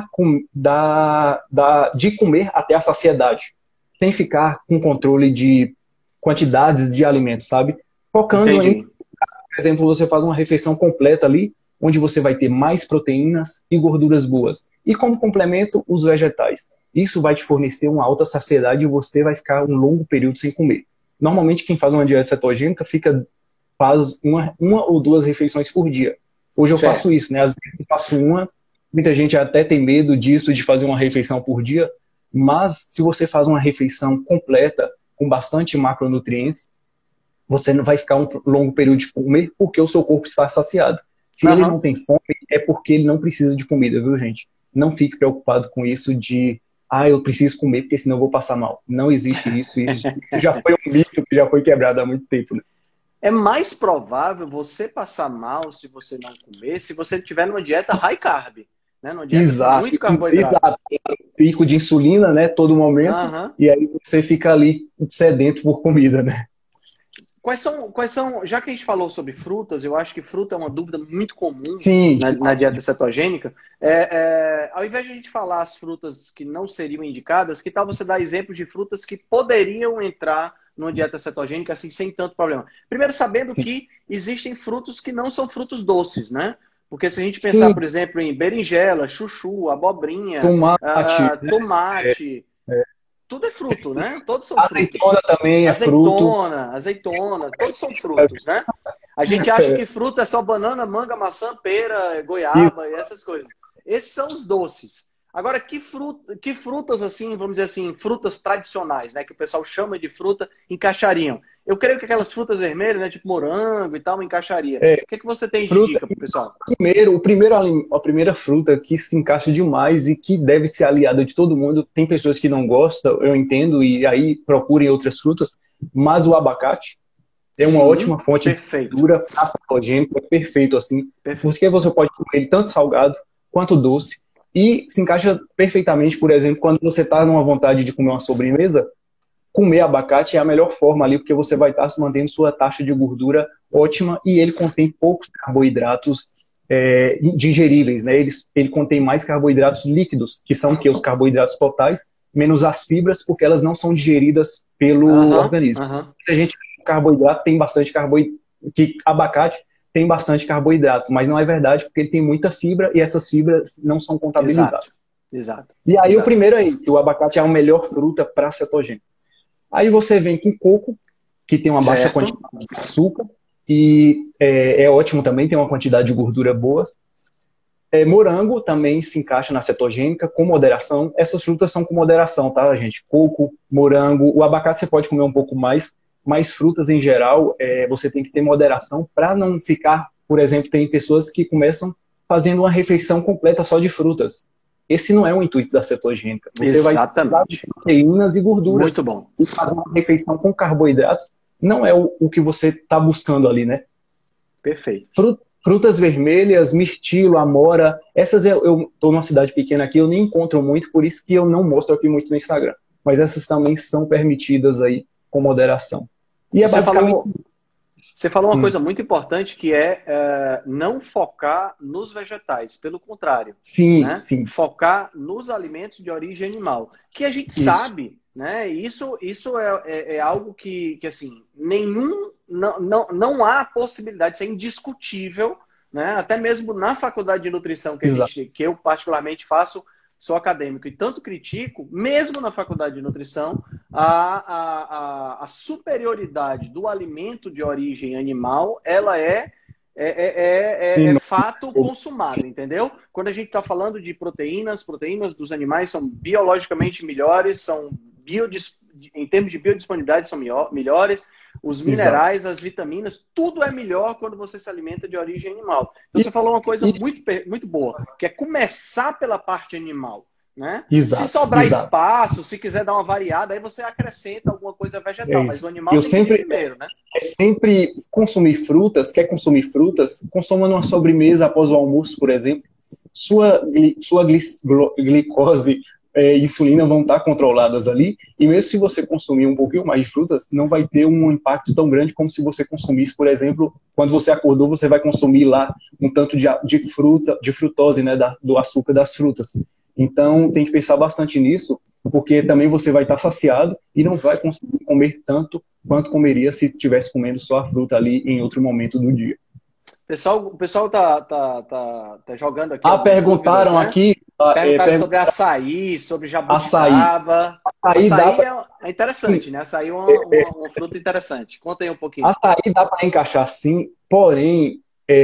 da, da, de comer até a saciedade, sem ficar com controle de quantidades de alimentos, sabe? Focando em, Entendi. por exemplo, você faz uma refeição completa ali, onde você vai ter mais proteínas e gorduras boas. E como complemento, os vegetais. Isso vai te fornecer uma alta saciedade e você vai ficar um longo período sem comer. Normalmente, quem faz uma dieta cetogênica fica, faz uma, uma ou duas refeições por dia. Hoje eu faço Certo. isso, né? Às vezes eu faço uma, muita gente até tem medo disso, de fazer uma refeição por dia, mas se você faz uma refeição completa, com bastante macronutrientes, você não vai ficar um longo período de comer porque o seu corpo está saciado. Se ele não Aham. tem fome, é porque ele não precisa de comida, viu, gente? Não fique preocupado com isso de, ah, eu preciso comer porque senão eu vou passar mal. Não existe isso. Isso, isso já foi um mito que já foi quebrado há muito tempo, né? É mais provável você passar mal se você não comer, se você estiver numa dieta high carb, né? Numa dieta com Exato, muito carboidrato. exato. Pico de insulina, né, todo momento, Aham. e aí você fica ali sedento por comida, né? Quais são, quais são, já que a gente falou sobre frutas, eu acho que fruta é uma dúvida muito comum Sim, na, na demais. dieta cetogênica. É, é, ao invés de a gente falar as frutas que não seriam indicadas, que tal você dar exemplos de frutas que poderiam entrar numa dieta cetogênica assim, sem tanto problema? Primeiro, sabendo que existem frutos que não são frutos doces, né? Porque se a gente pensar, Sim, por exemplo, em berinjela, chuchu, abobrinha, tomate, ah, tomate, tudo é fruto, né? Todos são frutos. azeitona também é fruto. Azeitona, azeitona, todos são frutos, né? A gente acha que fruta é só banana, manga, maçã, pera, goiaba e essas coisas. Esses são os doces. Agora, que, fruta, que frutas, assim, vamos dizer assim, frutas tradicionais, né? Que o pessoal chama de fruta, encaixariam. Eu creio que aquelas frutas vermelhas, né? Tipo morango e tal, encaixaria. É, O que, é que você tem de fruta, dica pro pessoal? primeiro, o primeiro, alim- a primeira fruta que se encaixa demais e que deve ser aliada de todo mundo, tem pessoas que não gostam, eu entendo, e aí procurem outras frutas, mas o abacate é uma Sim, ótima fonte de perfeito. gordura cetogênica, é perfeito assim, Perfeito. porque você pode comer ele tanto salgado quanto doce, e se encaixa perfeitamente, por exemplo, quando você está numa vontade de comer uma sobremesa, comer abacate é a melhor forma ali, porque você vai estar se mantendo sua taxa de gordura ótima e ele contém poucos carboidratos é, digeríveis, né? Ele, ele contém mais carboidratos líquidos, que são que os carboidratos totais, menos as fibras, porque elas não são digeridas pelo Aham, organismo. aham. A gente carboidrato tem bastante carboidrato, que abacate tem bastante carboidrato, mas não é verdade, porque ele tem muita fibra e essas fibras não são Exato, contabilizadas. exato, E aí o exato. primeiro é que o abacate é a melhor fruta para cetogênica. Aí você vem com coco, que tem uma baixa Certo. quantidade de açúcar, e é, é ótimo também, tem uma quantidade de gordura boas. É, morango também se encaixa na cetogênica, com moderação. Essas frutas são com moderação, tá, gente? Coco, morango, o abacate você pode comer um pouco mais, mas frutas em geral, é, você tem que ter moderação para não ficar, por exemplo, tem pessoas que começam fazendo uma refeição completa só de frutas. Esse não é o intuito da cetogênica. Você vai precisar de Exatamente. proteínas e gorduras Muito bom. e fazer uma refeição com carboidratos não é o, o que você está buscando ali, né? Perfeito. Fru- Frutas vermelhas, mirtilo, amora, essas eu, eu tô numa cidade pequena aqui, eu nem encontro muito, por isso que eu não mostro aqui muito no Instagram. Mas essas também são permitidas aí com moderação. E é Você basicamente... falou, você falou uma Hum. coisa muito importante que é, é não focar nos vegetais, pelo contrário, Sim, né? sim. Focar nos alimentos de origem animal, que a gente Isso. sabe, né? Isso, isso é, é, é algo que, que assim, nenhum, não, não, não há possibilidade, isso é indiscutível, né? Até mesmo na faculdade de nutrição que, a Exato. gente, que eu particularmente faço, sou acadêmico e tanto critico, mesmo na faculdade de nutrição, a, a, a, a superioridade do alimento de origem animal, ela é, é, é, é, é fato consumado, entendeu? Quando a gente está falando de proteínas, proteínas dos animais são biologicamente melhores, são biodis, em termos de biodisponibilidade são melhores, os minerais, Exato. As vitaminas, tudo é melhor quando você se alimenta de origem animal. Então você falou uma coisa muito, muito boa, que é começar pela parte animal. Né? Exato, se sobrar exato. espaço, se quiser dar uma variada, aí você acrescenta alguma coisa vegetal, é mas o animal Eu tem sempre, que ir primeiro, né? É sempre consumir frutas, quer consumir frutas, consuma numa sobremesa após o almoço, por exemplo. Sua, sua glicose é, e insulina vão estar controladas ali, e mesmo se você consumir um pouquinho mais de frutas, não vai ter um impacto tão grande como se você consumisse, por exemplo, quando você acordou, você vai consumir lá um tanto de, de fruta, de frutose, né, da, do açúcar das frutas. Então, tem que pensar bastante nisso, porque também você vai estar saciado e não vai conseguir comer tanto quanto comeria se estivesse comendo só a fruta ali em outro momento do dia. Pessoal, o pessoal tá, tá, tá, tá jogando aqui. Ah, perguntaram dúvidas, né? aqui. Perguntaram é, sobre açaí, sobre açaí. jabuticaba. Açaí, açaí dá pra... é, é interessante, né? Açaí é uma, uma, uma fruta interessante. Conta aí um pouquinho. Açaí dá para encaixar sim, porém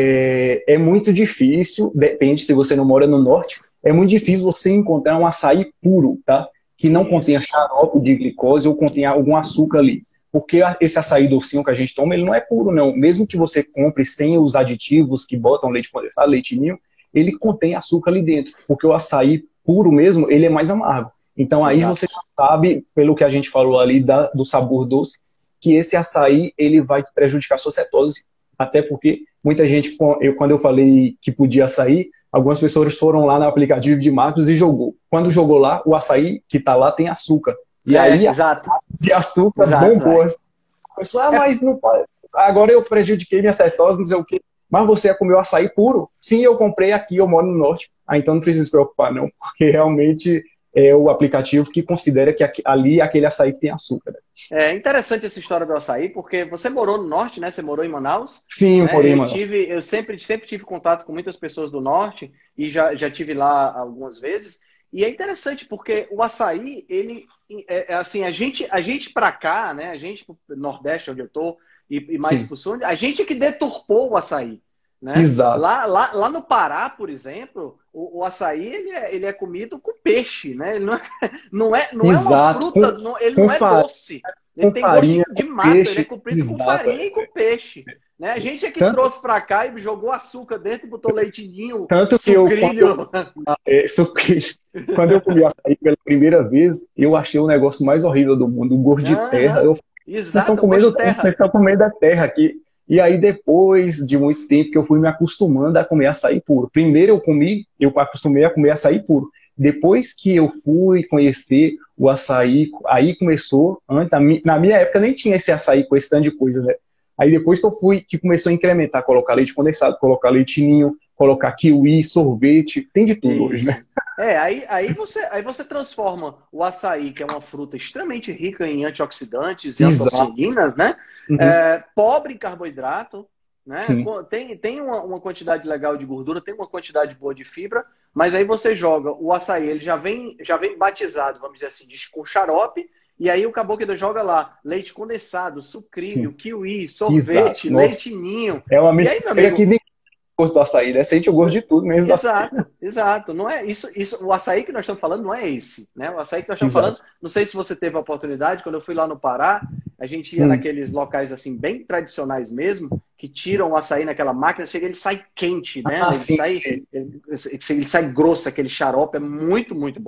é, é muito difícil, depende se você não mora no norte, é muito difícil você encontrar um açaí puro, tá? Que não Isso. contenha xarope de glicose ou contenha algum açúcar ali. Porque esse açaí docinho que a gente toma, ele não é puro, não. Mesmo que você compre sem os aditivos que botam leite condensado, leite ninho, ele contém açúcar ali dentro. Porque o açaí puro mesmo, ele é mais amargo. Então aí Exato. Você sabe, pelo que a gente falou ali da, do sabor doce, que esse açaí, ele vai prejudicar a sua cetose. Até porque muita gente, eu, quando eu falei que podia açaí, algumas pessoas foram lá no aplicativo de macros e jogou. Quando jogou lá, o açaí que tá lá tem açúcar. E é, aí, exato. de açúcar exato, bombou. É. A pessoa, ah, mas não pode. Agora eu prejudiquei minha cetose, não sei o quê. Mas você ia comer o açaí puro? Sim, eu comprei aqui, eu moro no norte. Ah, então não precisa se preocupar, não. Porque realmente é o aplicativo que considera que ali é aquele açaí que tem açúcar. Né? É interessante essa história do açaí, porque você morou no norte, né? Você morou em Manaus? Sim, né? eu morei em eu Manaus. Tive, eu sempre, sempre tive contato com muitas pessoas do norte e já, já tive lá algumas vezes. E é interessante porque o açaí, ele, é, assim, a gente, a gente pra cá, né? A gente pro Nordeste, onde eu tô, e, e mais Sim. pro Sul, a gente é que deturpou o açaí. Né? Exato. Lá, lá, lá no Pará, por exemplo, o, o açaí ele é, ele é comido com peixe, né? Ele não é, não é, não é uma fruta, com, não, ele não é doce. Ele tem farinha, gosto de, de mata, peixe, ele é comido exato. com farinha e com peixe. Né? A gente é que tanto, trouxe pra cá e jogou açúcar dentro, botou leitinho, tanto que sucrilho. Eu, quando, é, quando eu comi açaí pela primeira vez, eu achei o negócio mais horrível do mundo, o gosto de ah, terra. Eu, exato, vocês estão comendo terra. Vocês estão comendo a terra aqui. E aí, depois de muito tempo que eu fui me acostumando a comer açaí puro. Primeiro eu comi, eu acostumei a comer açaí puro. Depois que eu fui conhecer o açaí, aí começou, antes, na minha época nem tinha esse açaí com esse tanto de coisa, né? Aí depois que eu fui, que começou a incrementar, colocar leite condensado, colocar leite ninho, colocar kiwi, sorvete, tem de tudo Isso. hoje, né? É, aí, aí, você, aí você transforma o açaí, que é uma fruta extremamente rica em antioxidantes e antocianinas, né? Uhum. É, pobre em carboidrato, né? Sim. Tem, tem uma, uma quantidade legal de gordura, tem uma quantidade boa de fibra, mas aí você joga o açaí, ele já vem, já vem batizado, vamos dizer assim, com xarope, e aí o caboclo joga lá leite condensado, sucrilho, Sim. kiwi, sorvete, Exato. leite ninho. É uma mistura aí, amigo, que nem gosto do açaí, né? Sente o gosto de tudo mesmo. Exato, exato. Não é isso, isso, o açaí que nós estamos falando não é esse, né? O açaí que nós estamos exato. falando, não sei se você teve a oportunidade, quando eu fui lá no Pará, a gente ia hum. naqueles locais assim bem tradicionais mesmo, que tiram o açaí naquela máquina, chega ele sai quente, né? Ah, ele, sim, sai, sim. Ele, ele sai grosso, aquele xarope, é muito, muito bom.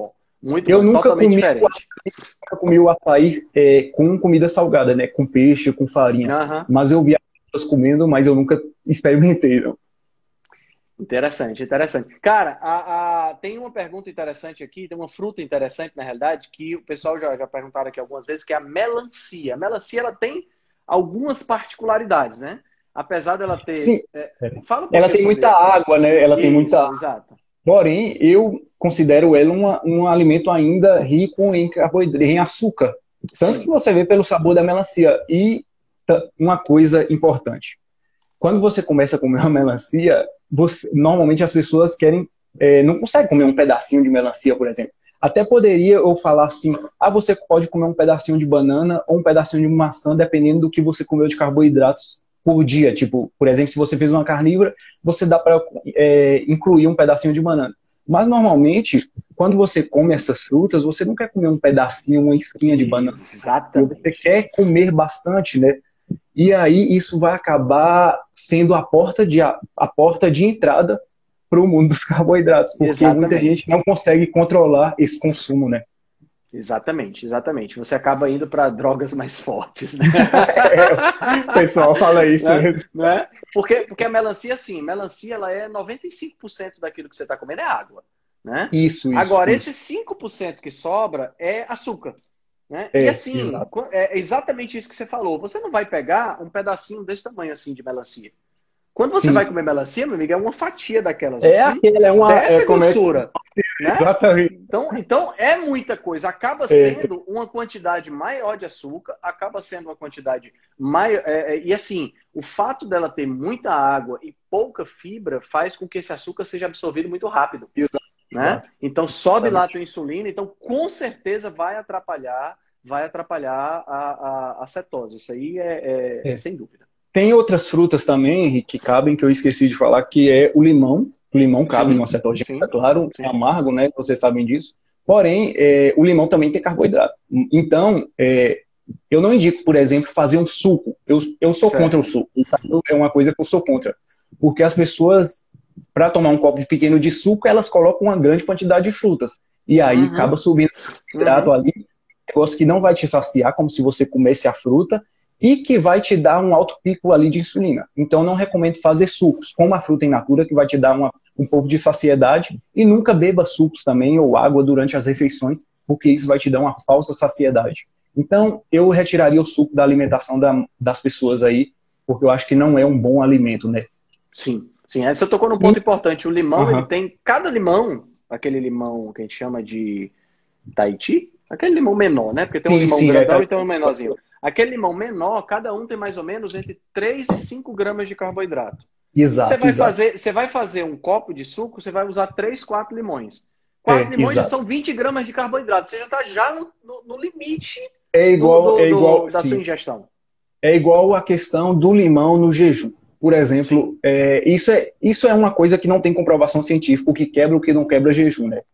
Muito Eu bom, nunca totalmente comi, diferente. nunca comi o açaí é, com comida salgada, né? Com peixe, com farinha. Aham. Mas eu vi as pessoas comendo, mas eu nunca experimentei, não. Interessante, interessante. Cara, a, a- tem uma pergunta interessante aqui, tem uma fruta interessante, na realidade, que o pessoal já, já perguntaram aqui algumas vezes, que é a melancia. A melancia, ela tem algumas particularidades, né? Apesar dela ter... Sim, é, fala um ela pouquinho tem sobre muita ela. água, né? Ela tem muita. Isso, exato. Porém, eu considero ela uma, um alimento ainda rico em carboidrato, em açúcar. Tanto que Sim. você vê pelo sabor da melancia. E ta- uma coisa importante. Quando você começa a comer uma melancia, você- normalmente as pessoas querem, é, não conseguem comer um pedacinho de melancia, por exemplo. Até poderia eu falar assim, ah, você pode comer um pedacinho de banana ou um pedacinho de maçã, dependendo do que você comeu de carboidratos por dia. Tipo, por exemplo, se você fez uma carnívora, você dá para incluir um pedacinho de banana. Mas normalmente, quando você come essas frutas, você não quer comer um pedacinho, uma esquinha de banana. Você Exatamente. quer comer bastante, né? E aí isso vai acabar sendo a porta de, a, a porta de entrada para o mundo dos carboidratos, porque muita Exatamente. gente não consegue controlar esse consumo, né? Exatamente, exatamente. Você acaba indo para drogas mais fortes, né? É, o pessoal fala isso Né? mesmo. Né? Porque, porque a melancia, assim, melancia, ela é noventa e cinco por cento daquilo que você está comendo é água, né? Isso, isso. Agora, isso. esse cinco por cento que sobra é açúcar, né? É, E assim, exato. qu- é exatamente isso que você falou. Você não vai pegar um pedacinho desse tamanho, assim, de melancia. Quando você Sim. vai comer melancia, meu amigo, é uma fatia daquelas É assim, aquele, é uma. dessa É, como é, grossura, né? exatamente. Então, então é muita coisa. Acaba É. sendo uma quantidade maior de açúcar, acaba sendo uma quantidade maior. É, é, e assim, o fato dela ter muita água e pouca fibra faz com que esse açúcar seja absorvido muito rápido. Exato. Né? Exato. Então sobe lá a Exatamente. tua insulina, então com certeza vai atrapalhar, vai atrapalhar a, a, a cetose. Isso aí é, é, É. é sem dúvida. Tem outras frutas também, Henrique, que cabem, que eu esqueci de falar, que é o limão. O limão cabe Sim, numa cetogênica, sim, claro, sim. é amargo, né? Vocês sabem disso. Porém, é, o limão também tem carboidrato. Então, é, eu não indico, por exemplo, fazer um suco. Eu, eu sou Certo. contra o suco. Então, é uma coisa que eu sou contra. Porque as pessoas, para tomar um copo pequeno de suco, elas colocam uma grande quantidade de frutas. E aí Uhum. acaba subindo o carboidrato Uhum. ali, negócio que não vai te saciar, como se você comesse a fruta, e que vai te dar um alto pico ali de insulina. Então, não recomendo fazer sucos, como a fruta in natura, que vai te dar uma, um pouco de saciedade, e nunca beba sucos também, ou água durante as refeições, porque isso vai te dar uma falsa saciedade. Então, eu retiraria o suco da alimentação da, das pessoas aí, porque eu acho que não é um bom alimento, né? Sim, sim. Aí você tocou num ponto importante. O limão, Uhum. ele tem... Cada limão, aquele limão que a gente chama de Tahiti, aquele limão menor, né? Porque tem um Sim, limão sim, grandão é, e tem um menorzinho. Aquele limão menor, cada um tem mais ou menos entre três e cinco gramas de carboidrato. Exato, Você vai, exato. fazer, você vai fazer um copo de suco, você vai usar três, quatro limões. Quatro É, limões já exato. são vinte gramas de carboidrato. Você já está já no, no, no limite É igual, do, do, é igual, do, da sim. sua ingestão. É igual a questão do limão no jejum. Por exemplo, é, isso, é, isso é uma coisa que não tem comprovação científica, o que quebra, o que não quebra jejum, né?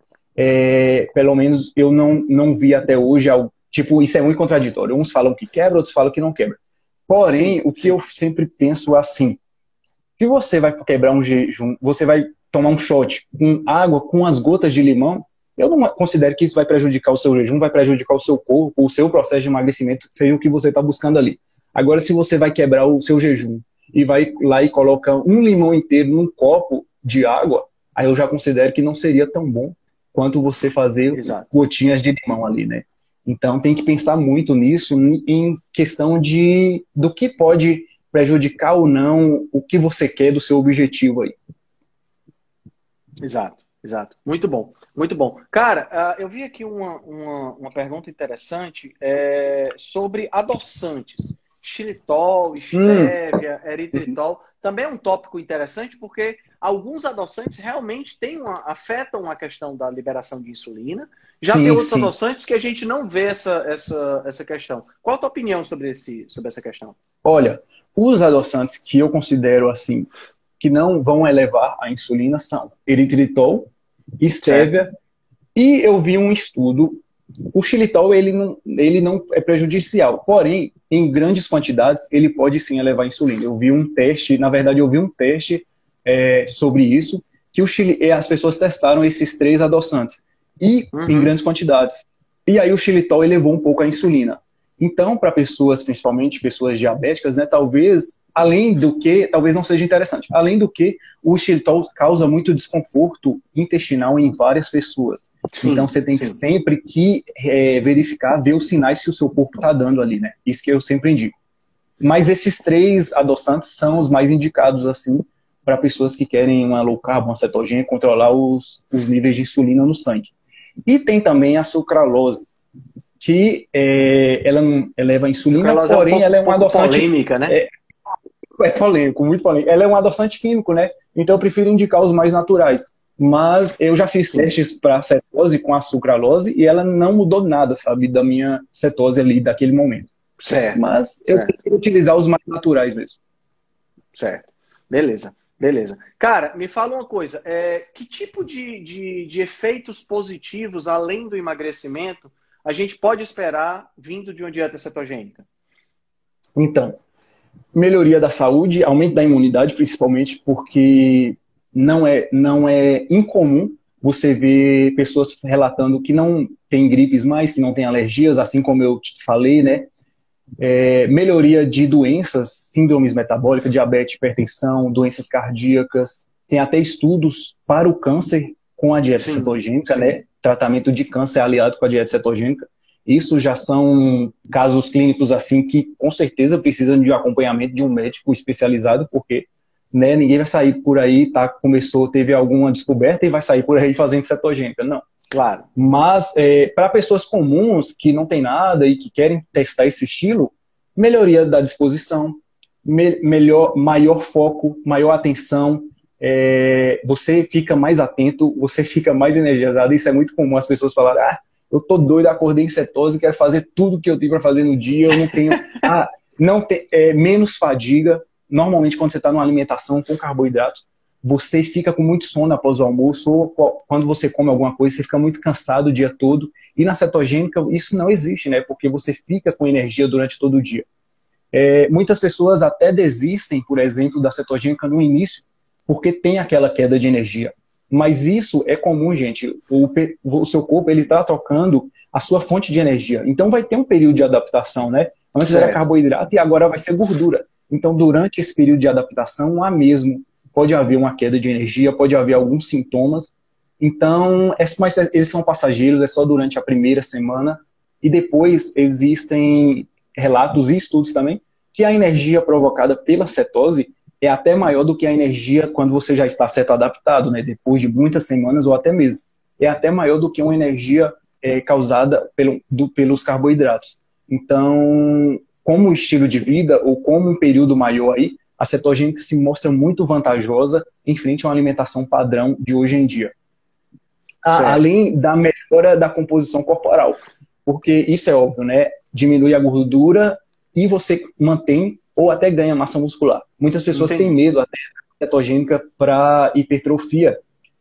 É, pelo menos eu não, não vi até hoje algo, tipo, isso é muito contraditório. Uns falam que quebra, outros falam que não quebra. Porém, Sim, o que sim. eu sempre penso assim, se você vai quebrar um jejum, você vai tomar um shot com água, com as gotas de limão, eu não considero que isso vai prejudicar o seu jejum, vai prejudicar o seu corpo, o seu processo de emagrecimento, seja o que você está buscando ali. Agora, se você vai quebrar o seu jejum e vai lá e coloca um limão inteiro num copo de água, aí eu já considero que não seria tão bom quanto você fazer Exato. gotinhas de limão ali, né? Então tem que pensar muito nisso, em questão de do que pode prejudicar ou não o que você quer do seu objetivo aí. Exato, exato. Muito bom, muito bom. Cara, uh, eu vi aqui uma, uma, uma pergunta interessante é, sobre adoçantes. Xilitol, estévia, Hum. eritritol. Também é um tópico interessante porque alguns adoçantes realmente têm uma, afetam a questão da liberação de insulina. Já Sim, tem outros sim. adoçantes que a gente não vê essa, essa, essa questão. Qual a tua opinião sobre, esse, sobre essa questão? Olha, os adoçantes que eu considero assim, que não vão elevar a insulina são eritritol, estévia, certo. E eu vi um estudo, o xilitol ele não, ele não é prejudicial, porém, em grandes quantidades, ele pode sim elevar a insulina. Eu vi um teste, na verdade eu vi um teste é, sobre isso, que o xili, as pessoas testaram esses três adoçantes. e Uhum. em grandes quantidades. E aí o xilitol elevou um pouco a insulina. Então, para pessoas, principalmente pessoas diabéticas, né, talvez, além do que, talvez não seja interessante, além do que o xilitol causa muito desconforto intestinal em várias pessoas. Sim, então, você tem que sim. sempre que é, verificar, ver os sinais que o seu corpo está dando ali, né? Isso que eu sempre indico. Mas esses três adoçantes são os mais indicados, assim, para pessoas que querem uma low carb, uma cetogênica, controlar os, os níveis de insulina no sangue. E tem também a sucralose, que é, ela não eleva a insulina, Sucralose porém é um pouco, ela é um pouco adoçante... polêmica, né? É, é polêmico, muito polêmico. Ela é um adoçante químico, né? Então eu prefiro indicar os mais naturais. Mas eu já fiz Sim. testes para cetose com a sucralose e ela não mudou nada, sabe, da minha cetose ali, daquele momento. Certo. Mas eu certo. prefiro utilizar os mais naturais mesmo. Certo. Beleza. Beleza. Cara, me fala uma coisa. É, que tipo de, de, de efeitos positivos, além do emagrecimento, a gente pode esperar vindo de uma dieta cetogênica? Então, melhoria da saúde, aumento da imunidade, principalmente porque não é, não é incomum você ver pessoas relatando que não tem gripes mais, que não tem alergias, assim como eu te falei, né? É, melhoria de doenças, síndromes metabólicas, diabetes, hipertensão, doenças cardíacas. Tem até estudos para o câncer com a dieta Sim, cetogênica, sim. né? Tratamento de câncer aliado com a dieta cetogênica. Isso já são casos clínicos assim que com certeza precisam de um acompanhamento de um médico especializado, porque, né, ninguém vai sair por aí, tá, começou, teve alguma descoberta e vai sair por aí fazendo cetogênica. Não. Claro. Mas é, para pessoas comuns que não tem nada e que querem testar esse estilo, melhoria da disposição, me melhor, maior foco, maior atenção, é, você fica mais atento, você fica mais energizado. Isso é muito comum as pessoas falarem, ah, eu tô doido, acordei em cetose, quero fazer tudo que eu tenho para fazer no dia, eu não tenho... ah, não tem, é, menos fadiga. Normalmente quando você está numa alimentação com carboidratos, você fica com muito sono após o almoço, ou quando você come alguma coisa, você fica muito cansado o dia todo. E na cetogênica isso não existe, né? Porque você fica com energia durante todo o dia. É, muitas pessoas até desistem, por exemplo, da cetogênica no início, porque tem aquela queda de energia. Mas isso é comum, gente. O, o seu corpo ele está trocando a sua fonte de energia. Então vai ter um período de adaptação, né? Antes Certo. era carboidrato e agora vai ser gordura. Então durante esse período de adaptação, há mesmo pode haver uma queda de energia, pode haver alguns sintomas. Então, é, mas eles são passageiros, é só durante a primeira semana. E depois existem relatos e estudos também que a energia provocada pela cetose é até maior do que a energia quando você já está cetoadaptado, né? Depois de muitas semanas ou até meses. É até maior do que uma energia é, causada pelo, do, pelos carboidratos. Então, como estilo de vida ou como um período maior aí, a cetogênica se mostra muito vantajosa em frente a uma alimentação padrão de hoje em dia. A, além da melhora da composição corporal. Porque isso é óbvio, né? Diminui a gordura e você mantém ou até ganha massa muscular. Muitas pessoas Entendi. têm medo até da cetogênica para hipertrofia,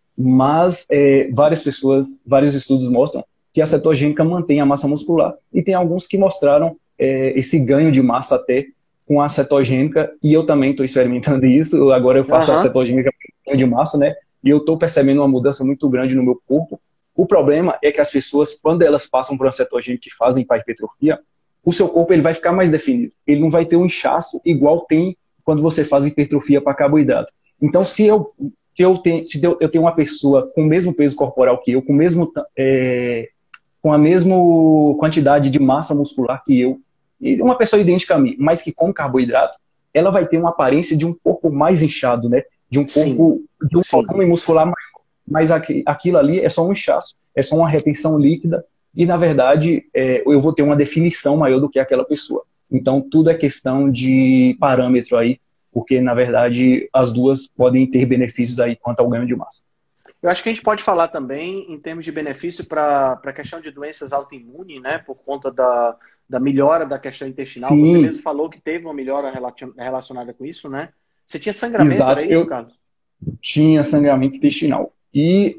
mas é, várias pessoas, vários estudos mostram que a cetogênica mantém a massa muscular e tem alguns que mostraram é, esse ganho de massa até com a cetogênica, e eu também estou experimentando isso. Agora eu faço uhum. a cetogênica de massa, né? E eu estou percebendo uma mudança muito grande no meu corpo. O problema é que as pessoas, quando elas passam por uma cetogênica que fazem para hipertrofia, o seu corpo ele vai ficar mais definido. Ele não vai ter um inchaço igual tem quando você faz hipertrofia para carboidrato. Então, se eu, se eu, tenho, se eu, eu tenho uma pessoa com o mesmo peso corporal que eu, com, o mesmo, é, com a mesma quantidade de massa muscular que eu, e uma pessoa idêntica a mim, mas que come carboidrato, ela vai ter uma aparência de um corpo mais inchado, né? De um corpo, Sim. de um volume muscular maior. Mas aquilo ali é só um inchaço, é só uma retenção líquida, e na verdade é, eu vou ter uma definição maior do que aquela pessoa. Então tudo é questão de parâmetro aí, porque na verdade as duas podem ter benefícios aí quanto ao ganho de massa. Eu acho que a gente pode falar também em termos de benefício para a questão de doenças autoimunes, né? Por conta da, da melhora da questão intestinal. Sim. Você mesmo falou que teve uma melhora relacionada com isso, né? Você tinha sangramento, Exato. era isso, eu Carlos? Tinha sangramento intestinal. E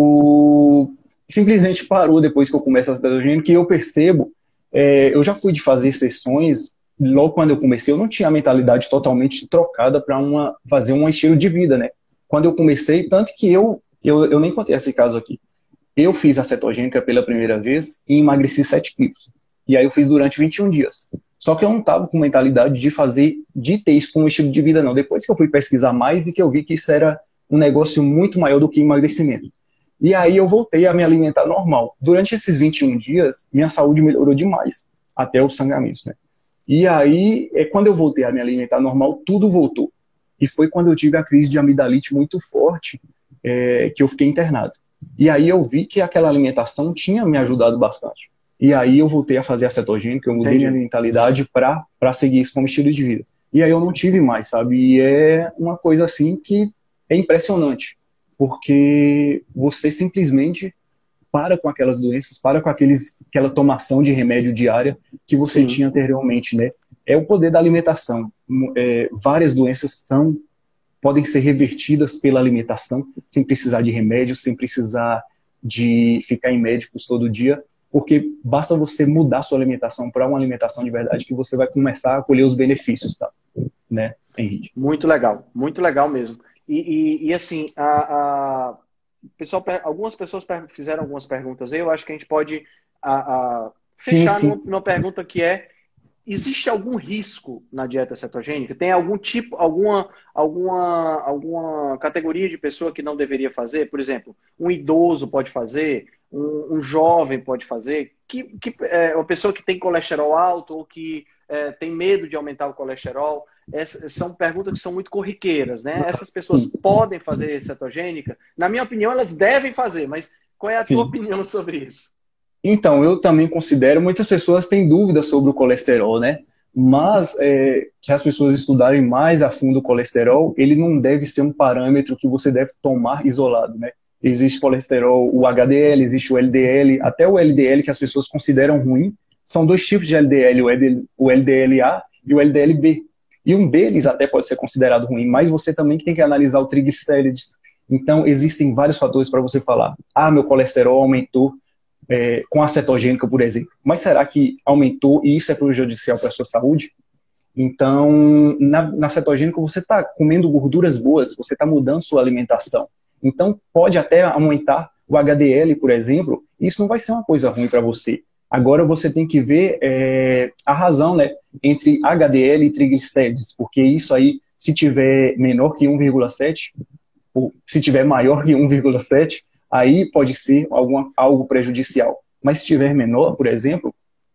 eu simplesmente parou depois que eu começo a cetogênica, que eu percebo, é, eu já fui de fazer sessões, logo quando eu comecei, eu não tinha a mentalidade totalmente trocada para uma, fazer um estilo de vida, né? Quando eu comecei, tanto que eu, eu, eu nem contei esse caso aqui, eu fiz a cetogênica pela primeira vez e emagreci sete quilos. E aí eu fiz durante vinte e um dias. Só que eu não estava com mentalidade de fazer, de ter isso como estilo de vida, não. Depois que eu fui pesquisar mais e que eu vi que isso era um negócio muito maior do que emagrecimento. E aí eu voltei a me alimentar normal. Durante esses vinte e um dias, minha saúde melhorou demais, até os sangramentos, né? E aí, é, quando eu voltei a me alimentar normal, tudo voltou. E foi quando eu tive a crise de amidalite muito forte, é, que eu fiquei internado. E aí eu vi que aquela alimentação tinha me ajudado bastante. E aí eu voltei a fazer a cetogênica, eu mudei Entendi. minha mentalidade para seguir isso como estilo de vida. E aí eu não tive mais, sabe? E é uma coisa assim que é impressionante, porque você simplesmente para com aquelas doenças, para com aqueles, aquela tomação de remédio diária que você Sim. tinha anteriormente, né? É o poder da alimentação. É, várias doenças são, podem ser revertidas pela alimentação, sem precisar de remédios, sem precisar de ficar em médicos todo dia, porque basta você mudar sua alimentação para uma alimentação de verdade que você vai começar a colher os benefícios, tá? Né, Henrique? Muito legal, muito legal mesmo. E, e, e assim, a, a... Pessoal, algumas pessoas fizeram algumas perguntas aí, eu acho que a gente pode a, a, fechar sim, sim. Numa, numa pergunta que é: existe algum risco na dieta cetogênica? Tem algum tipo, alguma, alguma, alguma categoria de pessoa que não deveria fazer? Por exemplo, um idoso pode fazer, um, um jovem pode fazer, que, que, é, uma pessoa que tem colesterol alto ou que é, tem medo de aumentar o colesterol. Essas são perguntas que são muito corriqueiras, né? Essas pessoas podem fazer cetogênica? Na minha opinião, elas devem fazer, mas qual é a Sim. tua opinião sobre isso? Então, eu também considero, muitas pessoas têm dúvidas sobre o colesterol, né? Mas, é, se as pessoas estudarem mais a fundo o colesterol, ele não deve ser um parâmetro que você deve tomar isolado, né? Existe colesterol, o H D L, existe o L D L, até o L D L que as pessoas consideram ruim. São dois tipos de L D L, o L D L A e o L D L B. E um deles até pode ser considerado ruim, mas você também tem que analisar o triglicérides. Então, existem vários fatores para você falar: ah, meu colesterol aumentou é, com a cetogênica, por exemplo. Mas será que aumentou e isso é prejudicial para a sua saúde? Então, na, na cetogênica você está comendo gorduras boas, você está mudando sua alimentação. Então, pode até aumentar o H D L, por exemplo, e isso não vai ser uma coisa ruim para você. Agora você tem que ver é, a razão, né, entre H D L e triglicérides, porque isso aí, se tiver menor que um vírgula sete, ou se tiver maior que um vírgula sete, aí pode ser alguma, algo prejudicial. Mas se tiver menor, por exemplo,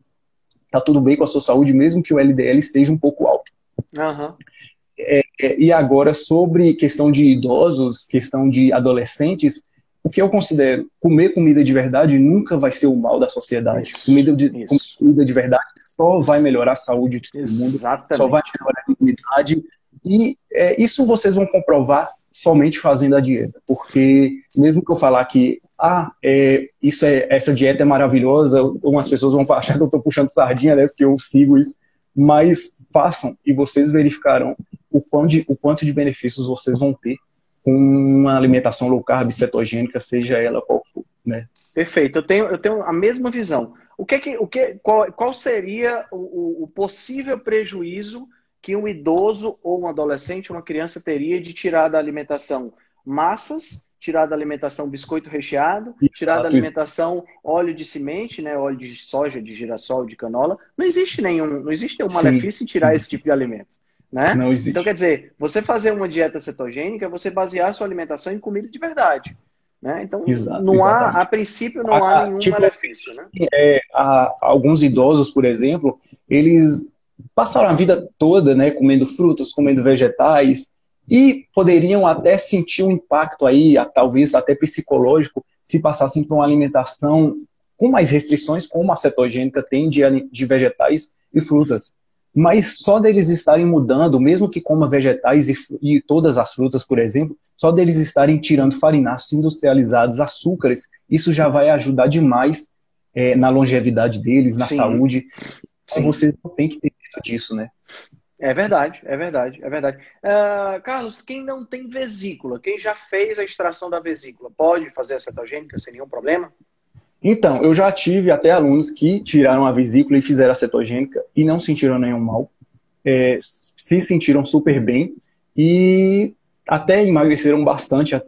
tá tudo bem com a sua saúde, mesmo que o L D L esteja um pouco alto. Uhum. É, é, e agora, sobre questão de idosos, questão de adolescentes, o que eu considero, comer comida de verdade nunca vai ser o mal da sociedade. Isso, comida, de, isso. comida de verdade só vai melhorar a saúde de todo Exatamente. mundo, só vai melhorar a imunidade. E é, isso vocês vão comprovar somente fazendo a dieta. Porque mesmo que eu falar que ah, é, isso é, essa dieta é maravilhosa, algumas pessoas vão achar que eu estou puxando sardinha, né, porque eu sigo isso, mas façam e vocês verificarão o quanto de, o quanto de benefícios vocês vão ter com uma alimentação low carb, cetogênica, seja ela qual for, né? Perfeito. Eu tenho, eu tenho a mesma visão. O que, que, o que, qual, qual seria o, o possível prejuízo que um idoso ou um adolescente, uma criança teria de tirar da alimentação massas, tirar da alimentação biscoito recheado, tirar da alimentação óleo de semente, né, óleo de soja, de girassol, de canola? Não existe nenhum, não existe nenhum malefício em tirar sim. esse tipo de alimento. Né? Não existe. Então, quer dizer, você fazer uma dieta cetogênica é você basear a sua alimentação em comida de verdade. Né? Então, Exato, não exatamente. há, a princípio, não a, há nenhum tipo, malefício. Né? É, a, alguns idosos, por exemplo, eles passaram a vida toda, né, comendo frutas, comendo vegetais, e poderiam até sentir um impacto aí, talvez até psicológico, se passassem por uma alimentação com mais restrições, como a cetogênica tem de, de vegetais e frutas. Mas só deles estarem mudando, mesmo que coma vegetais e, e todas as frutas, por exemplo, só deles estarem tirando farináceos industrializados, açúcares, isso já vai ajudar demais é, na longevidade deles, na Sim. saúde. Sim. Você não tem que ter medo disso, né? É verdade, é verdade, é verdade. Uh, Carlos, quem não tem vesícula, quem já fez a extração da vesícula, pode fazer a cetogênica sem nenhum problema? Então, eu já tive até alunos que tiraram a vesícula e fizeram a cetogênica e não sentiram nenhum mal, é, se sentiram super bem e até emagreceram bastante até,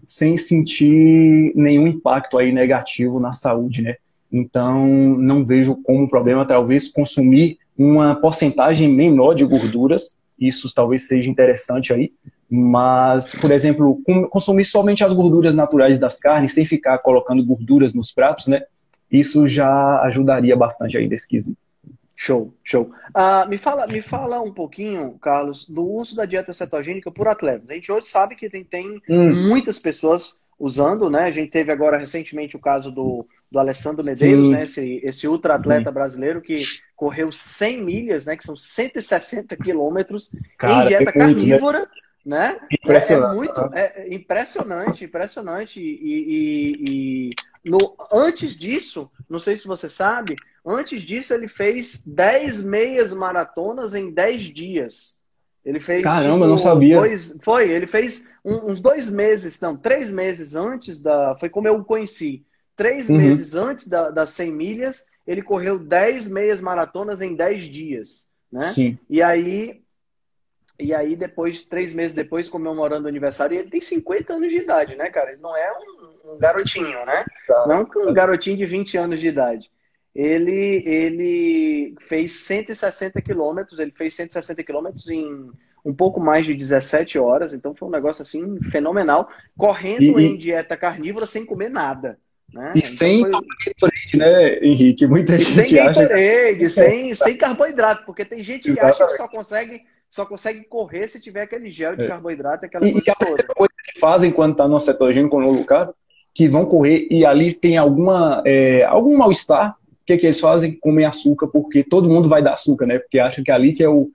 sem sentir nenhum impacto aí negativo na saúde, né? Então, não vejo como problema, talvez, consumir uma porcentagem menor de gorduras, isso talvez seja interessante aí, mas, por exemplo, consumir somente as gorduras naturais das carnes, sem ficar colocando gorduras nos pratos, né? Isso já ajudaria bastante aí nesse quesito. Show, show. Uh, me, fala, me fala um pouquinho, Carlos, do uso da dieta cetogênica por atletas. A gente hoje sabe que tem, tem hum. muitas pessoas usando, né? A gente teve agora recentemente o caso do, do Alessandro Medeiros, Sim. né? Esse, esse ultra atleta Sim. brasileiro que correu cem milhas, né? Que são cento e sessenta quilômetros em Cara, dieta é muito, carnívora, né? Né? Impressionante. É, é muito é impressionante, impressionante. E, e, e no, antes disso, não sei se você sabe, antes disso ele fez dez meias maratonas em dez dias. Ele fez. Caramba, tipo, não sabia. Dois, foi, ele fez um, uns dois meses, não, três meses antes da. Foi como eu o conheci. Três Uhum. meses antes da, das cem milhas, ele correu dez meias maratonas em dez dias. Né? Sim. E aí. E aí, depois, três meses depois, comemorando o aniversário, e ele tem cinquenta anos de idade, né, cara? Ele não é um, um garotinho, né? Tá. Não um garotinho de vinte anos de idade. Ele, ele fez cento e sessenta quilômetros, ele fez cento e sessenta quilômetros em um pouco mais de dezessete horas, então foi um negócio, assim, fenomenal, correndo E, em e, dieta carnívora sem comer nada. Né? e Então sem foi... Gatorade, né, Henrique? Muita E gente sem acha... Gatorade, sem, sem carboidrato, porque tem gente que Exatamente. acha que só consegue... só consegue correr se tiver aquele gel de É. carboidrato, aquela E, coisa e a toda. primeira coisa que fazem quando está no cetogênico com low carb, que vão correr e ali tem alguma, é, algum mal-estar, o que, que eles fazem? Comem açúcar, porque todo mundo vai dar açúcar, né? Porque acha que é ali que é o,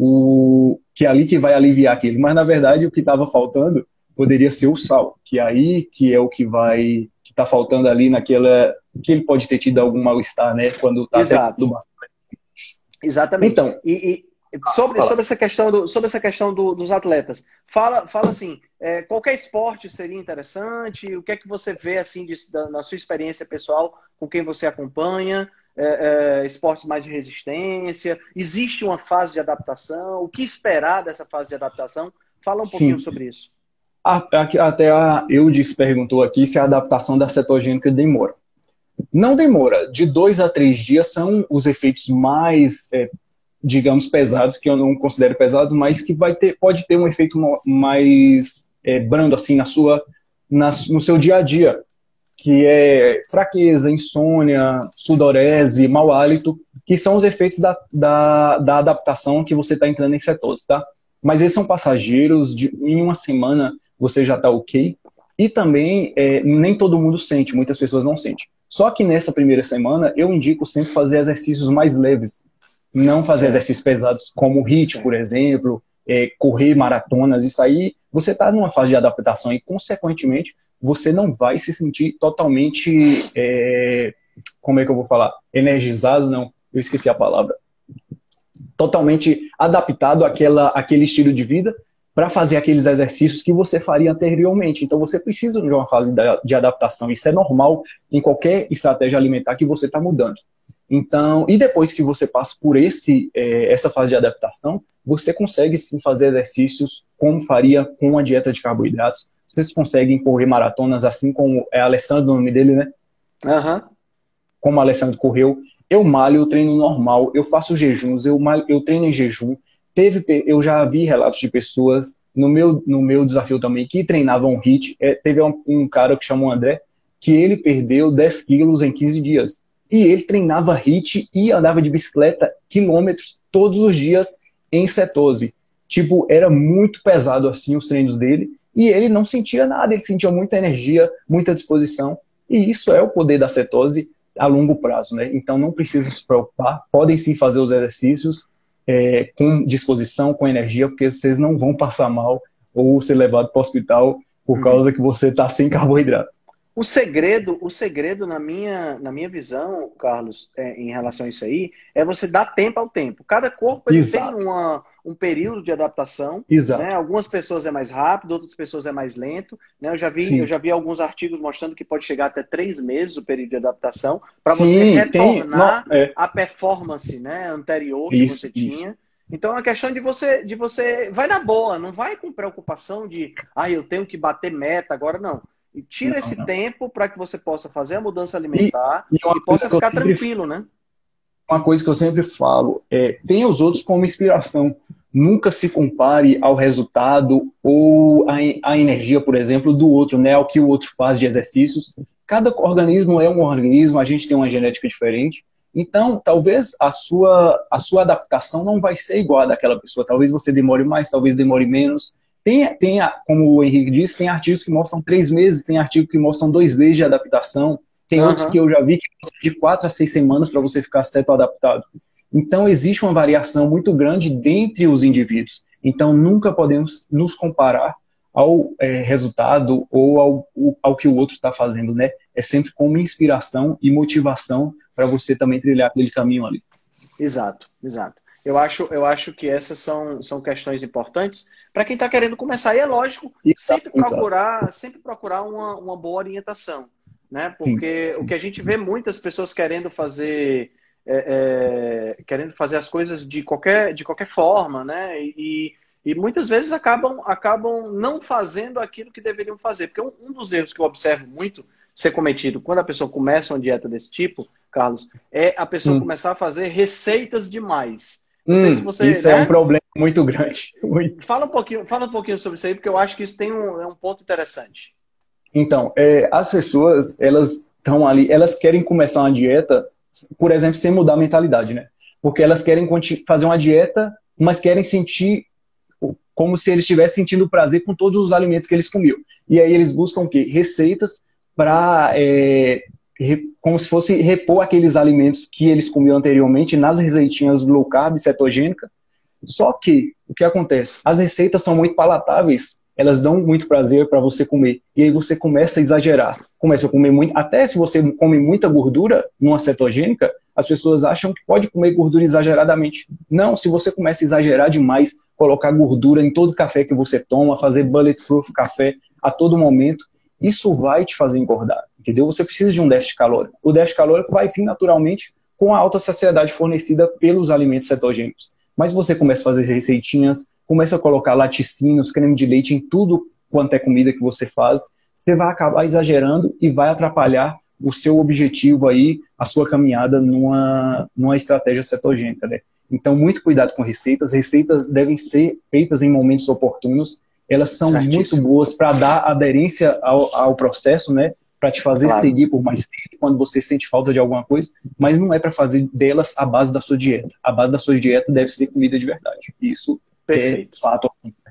o que é ali que vai aliviar aquilo. Mas na verdade o que estava faltando poderia ser o sal, que aí que é o que vai, que está faltando ali naquela, que ele pode ter tido algum mal-estar, né? Quando está Exato. bastante. Exatamente. Então, e, e... Sobre, sobre essa questão, do, sobre essa questão do, dos atletas, fala, fala assim, é, qualquer esporte seria interessante? O que é que você vê assim de, da, na sua experiência pessoal com quem você acompanha? É, é, esportes mais de resistência? Existe uma fase de adaptação? O que esperar dessa fase de adaptação? Fala um Sim. pouquinho sobre isso. Até a Eudes perguntou aqui se a adaptação da cetogênica demora. Não demora. De dois a três dias são os efeitos mais... É, digamos, pesados, que eu não considero pesados, mas que vai ter, pode ter um efeito mais é, brando, assim, na sua, na, no seu dia a dia, que é fraqueza, insônia, sudorese, mau hálito, que são os efeitos da, da, da adaptação que você está entrando em cetose, tá? Mas eles são passageiros, de, em uma semana você já está ok, e também é, nem todo mundo sente, muitas pessoas não sentem. Só que nessa primeira semana eu indico sempre fazer exercícios mais leves, não fazer exercícios pesados como o H I I T, por exemplo, é, correr maratonas, isso aí, você está numa fase de adaptação e, consequentemente, você não vai se sentir totalmente, é, como é que eu vou falar? Energizado, não, eu esqueci a palavra. Totalmente adaptado àquela, àquele estilo de vida para fazer aqueles exercícios que você faria anteriormente. Então, você precisa de uma fase de adaptação. Isso é normal em qualquer estratégia alimentar que você está mudando. Então, e depois que você passa por esse, é, essa fase de adaptação, você consegue sim fazer exercícios como faria com a dieta de carboidratos. Vocês conseguem correr maratonas assim como é Alessandro, o nome dele, né? Uhum. Como o Alessandro correu. Eu malho, eu treino normal, eu faço jejuns, eu, malho, eu treino em jejum. Teve, eu já vi relatos de pessoas no meu, no meu desafio também que treinavam H I I T. É, teve um, um cara que chamou André, que ele perdeu dez quilos em quinze dias. E ele treinava H I I T e andava de bicicleta quilômetros todos os dias em cetose. Tipo, era muito pesado assim os treinos dele. E ele não sentia nada, ele sentia muita energia, muita disposição. E isso é o poder da cetose a longo prazo, né? Então não precisa se preocupar. Podem sim fazer os exercícios é, com disposição, com energia, porque vocês não vão passar mal ou ser levado para o hospital por causa que você está sem carboidrato. O segredo, o segredo na minha, na minha visão, Carlos, é, em relação a isso aí, é você dar tempo ao tempo. Cada corpo ele tem uma, um período de adaptação. Exato. Né? Algumas pessoas é mais rápido, outras pessoas é mais lento. Né? Eu já vi, eu já vi alguns artigos mostrando que pode chegar até três meses o período de adaptação para você retornar tem, não, é. a performance, né, anterior que isso, você isso. tinha. Então é uma questão de você, de você, vai na boa, não vai com preocupação de, ah, eu tenho que bater meta agora, não. E tira Não, esse não. tempo para que você possa fazer a mudança E, alimentar e uma e coisa possa que eu ficar sempre tranquilo, né? uma coisa que eu sempre falo é, tenha os outros como inspiração. Nunca se compare ao resultado ou à, à energia, por exemplo, do outro, né? Ao que o outro faz de exercícios. Cada organismo é um organismo, a gente tem uma genética diferente. Então, talvez a sua, a sua adaptação não vai ser igual a daquela pessoa. Talvez você demore mais, talvez demore menos. Tem, tem, como o Henrique disse, tem artigos que mostram três meses, tem artigos que mostram dois meses de adaptação. Tem outros que Aham. eu já vi que de quatro a seis semanas para você ficar certo adaptado. Então, existe uma variação muito grande dentre os indivíduos. Então, nunca podemos nos comparar ao é, resultado ou ao, ao que o outro está fazendo, né? É sempre como inspiração e motivação para você também trilhar aquele caminho ali. Exato, exato. Eu acho, eu acho que essas são, são questões importantes para quem está querendo começar. E é lógico, Exato, sempre exato. procurar, sempre procurar uma, uma boa orientação, né? Sim, Porque o sim. que a gente vê muitas pessoas querendo fazer, é, é, querendo fazer as coisas de qualquer, de qualquer forma, né? E, e muitas vezes acabam, acabam não fazendo aquilo que deveriam fazer. Porque um, um dos erros que eu observo muito ser cometido quando a pessoa começa uma dieta desse tipo, Carlos, é a pessoa Hum. começar a fazer receitas demais. Não sei se Hum, você, isso é um né? problema muito grande. Muito. Fala um pouquinho, fala um pouquinho sobre isso aí, porque eu acho que isso tem um, é um ponto interessante. Então, é, as pessoas, elas estão ali, elas querem começar uma dieta, por exemplo, sem mudar a mentalidade, né? Porque elas querem conti- fazer uma dieta, mas querem sentir como se eles estivessem sentindo prazer com todos os alimentos que eles comiam. E aí eles buscam o quê? Receitas para, é, como se fosse repor aqueles alimentos que eles comiam anteriormente nas receitinhas low carb, cetogênica. Só que, o que acontece? As receitas são muito palatáveis, elas dão muito prazer para você comer. E aí você começa a exagerar. Começa a comer muito. Até se você come muita gordura numa cetogênica, as pessoas acham que pode comer gordura exageradamente. Não, se você começa a exagerar demais, colocar gordura em todo café que você toma, fazer bulletproof café a todo momento, isso vai te fazer engordar, entendeu? Você precisa de um déficit calórico. O déficit calórico vai vir naturalmente com a alta saciedade fornecida pelos alimentos cetogênicos. Mas você começa a fazer receitinhas, começa a colocar laticínios, creme de leite em tudo quanto é comida que você faz, você vai acabar exagerando e vai atrapalhar o seu objetivo aí, a sua caminhada numa, numa estratégia cetogênica, né? Então, muito cuidado com receitas. Receitas devem ser feitas em momentos oportunos. Elas são muito Certíssimo. boas para dar aderência ao, ao processo, né? Para te fazer Claro. seguir por mais tempo quando você sente falta de alguma coisa, mas não é para fazer delas a base da sua dieta. A base da sua dieta deve ser comida de verdade. Isso Perfeito. é fato.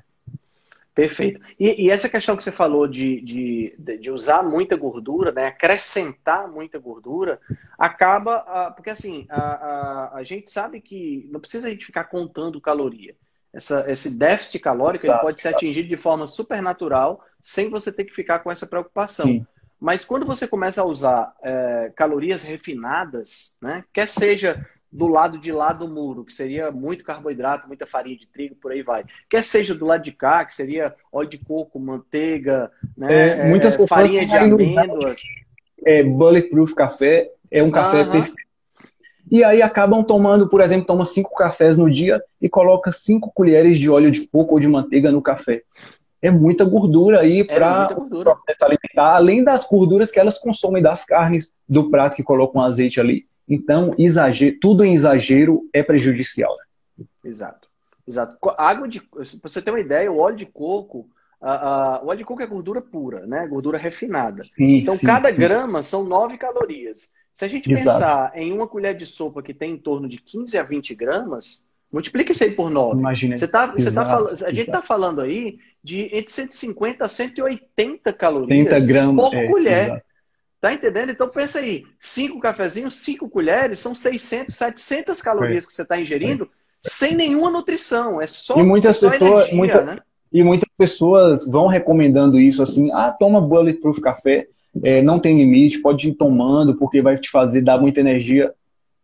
Perfeito. E, e essa questão que você falou de, de, de usar muita gordura, né, acrescentar muita gordura, acaba... ah, porque assim, a, a, a gente sabe que não precisa a gente ficar contando caloria. Essa, esse déficit calórico ele Exato, pode ser exato. atingido de forma supernatural, sem você ter que ficar com essa preocupação. Sim. Mas quando você começa a usar é, calorias refinadas, né, quer seja do lado de lá do muro, que seria muito carboidrato, muita farinha de trigo, por aí vai. Quer seja do lado de cá, que seria óleo de coco, manteiga, né, É, muitas é, pessoas farinha de têm a amêndoas. É, bulletproof café é um café Aham. perfeito. E aí acabam tomando, por exemplo, toma cinco cafés no dia e coloca cinco colheres de óleo de coco ou de manteiga no café. É muita gordura aí É muita para o gordura. processo alimentar, além das gorduras que elas consomem das carnes, do prato que colocam azeite ali. Então, exagero, tudo em exagero é prejudicial. Exato. Exato. Co- Água de, pra você ter uma ideia, o óleo de coco, a, a- o óleo de coco é gordura pura, né? Gordura refinada. Sim, Então, sim, cada sim. grama são nove calorias. Se a gente Exato. pensar em uma colher de sopa que tem em torno de quinze a vinte gramas, multiplica isso aí por nove. Imagina. Você tá, você tá, Exato, fal- a gente está exato. falando aí de entre cento e cinquenta a cento e oitenta trinta calorias gramas. por É, colher. exato. Tá entendendo? Então pensa aí, cinco cafezinhos, cinco colheres, são seiscentas, setecentas calorias que você está ingerindo sem nenhuma nutrição. É só, E é muitas só pessoas, energia, muita, né? e muitas pessoas vão recomendando isso assim, ah, toma bulletproof café, é, não tem limite, pode ir tomando porque vai te fazer dar muita energia.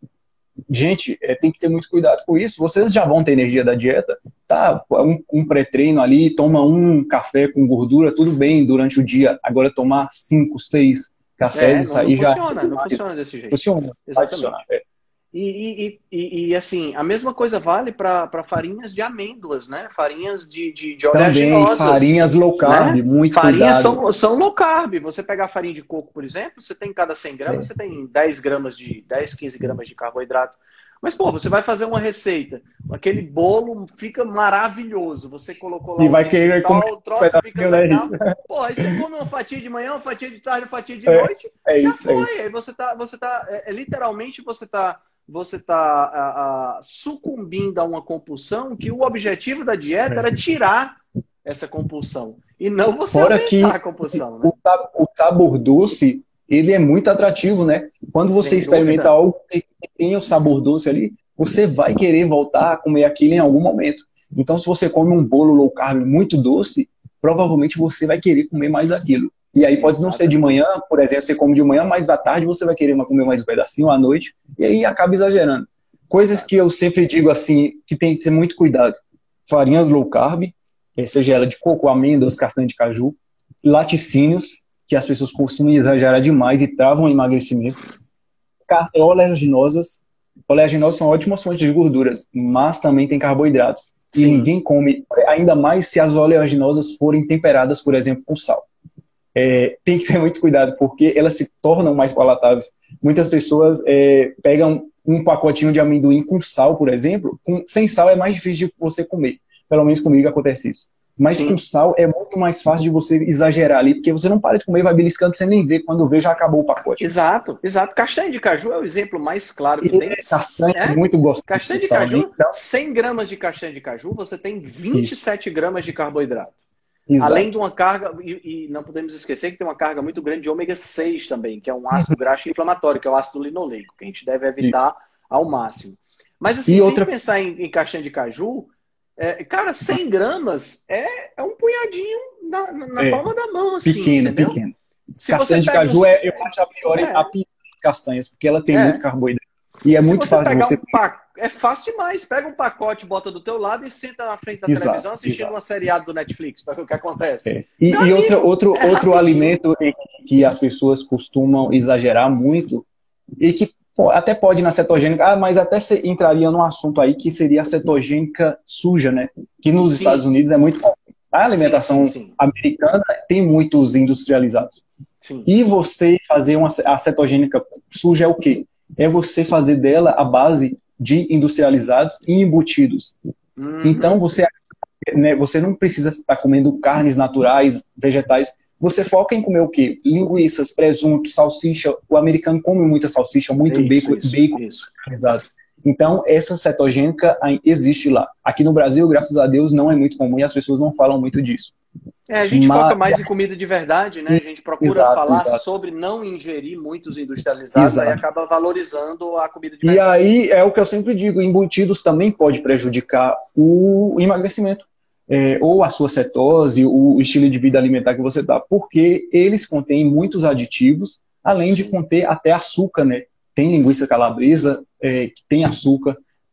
Gente, é, tem que ter muito cuidado com isso. Vocês já vão ter energia da dieta, tá? Um, um pré-treino ali, toma um café com gordura, tudo bem durante o dia. Agora tomar cinco, seis cafés, É, isso não, não aí já funciona, não funciona desse jeito. funciona. Vai Exatamente. funcionar. É. E, e, e, e, assim, a mesma coisa vale para farinhas de amêndoas, né? Farinhas de, de, de oleaginosas. Também farinhas low carb, né? Muito farinhas cuidado. São, são low carb. Você pegar farinha de coco, por exemplo, você tem cada cem gramas, é. você tem dez gramas de dez, quinze gramas de carboidrato. Mas, pô, você vai fazer uma receita, aquele bolo fica maravilhoso. Você colocou lá e vai querer tal, comer o troço fica legal. Pô, aí você come uma fatia de manhã, uma fatia de tarde, uma fatia de é, noite, é já isso, foi. É isso. Aí você tá, você tá, é, é, literalmente você tá, você tá a, a, sucumbindo a uma compulsão que o objetivo da dieta é. era tirar essa compulsão e não você Fora aumentar que a compulsão. Né? O sabor doce, ele é muito atrativo, né? Quando você Sem experimenta dúvida. algo que tem o sabor doce ali, você vai querer voltar a comer aquilo em algum momento. Então, se você come um bolo low carb muito doce, provavelmente você vai querer comer mais daquilo. E aí pode não ser de manhã, por exemplo, você come de manhã, mas da tarde você vai querer comer mais um pedacinho à noite, e aí acaba exagerando. Coisas que eu sempre digo assim, que tem que ter muito cuidado. Farinhas low carb, seja ela de coco, amêndoas, castanha de caju, laticínios, que as pessoas costumam exagerar demais e travam o emagrecimento. Oleaginosas. Oleaginosas são ótimas fontes de gorduras, mas também tem carboidratos. Sim. E ninguém come, ainda mais se as oleaginosas forem temperadas, por exemplo, com sal. É, tem que ter muito cuidado, porque elas se tornam mais palatáveis. Muitas pessoas é, pegam um pacotinho de amendoim com sal, por exemplo. Com, sem sal é mais difícil de você comer. Pelo menos comigo acontece isso. Mas Sim. com sal é muito mais fácil de você exagerar ali, porque você não para de comer, vai beliscando, você nem vê. Quando vê, já acabou o pacote. Exato, exato. Castanha de caju é o exemplo mais claro que e tem. Castanha é muito gostoso. Castanha de caju, então... cem gramas de castanha de caju, você tem vinte e sete Isso. gramas de carboidrato. Exato. Além de uma carga, e, e não podemos esquecer que tem uma carga muito grande de ômega seis também, que é um ácido graxo inflamatório, que é o ácido linoleico, que a gente deve evitar Isso. ao máximo. Mas assim, e se outra... pensar em, em castanha de caju, é, cara, cem gramas é, é um punhadinho na, na é, palma da mão, assim, pequeno, entendeu? pequeno. Se castanha de caju, um... é, eu acho a pior, é. a pior das castanhas, porque ela tem é. muito carboidrato. E é se muito você fácil pegar você... Um pa... É fácil demais. Pega um pacote, bota do teu lado e senta na frente da exato, televisão assistindo exato. uma seriado do Netflix, para ver o que acontece. É. E, e outra, outro, é outro alimento que as pessoas costumam exagerar muito e que pô, até pode na cetogênica, ah, mas até se, entraria num assunto aí que seria a cetogênica suja, né? Que nos sim. Estados Unidos é muito comum. A alimentação sim, sim, sim. americana tem muitos industrializados. Sim. E você fazer uma a cetogênica suja é o quê? É você fazer dela a base de industrializados e embutidos. Uhum. Então, você, né, você não precisa estar comendo carnes naturais, vegetais. Você foca em comer o quê? Linguiças, presunto, salsicha. O americano come muita salsicha, muito isso, bacon. Isso, bacon isso. Então, essa cetogênica existe lá. Aqui no Brasil, graças a Deus, não é muito comum e as pessoas não falam muito disso. É, a gente Mas... foca mais em comida de verdade, né? A gente procura exato, falar exato. sobre não ingerir muitos industrializados, exato. Aí acaba valorizando a comida de verdade. E aí, é o que eu sempre digo, embutidos também pode prejudicar o emagrecimento. É, ou a sua cetose, o estilo de vida alimentar que você dá, porque eles contêm muitos aditivos, além de conter até açúcar, né? Tem linguiça calabresa, é, que tem açúcar,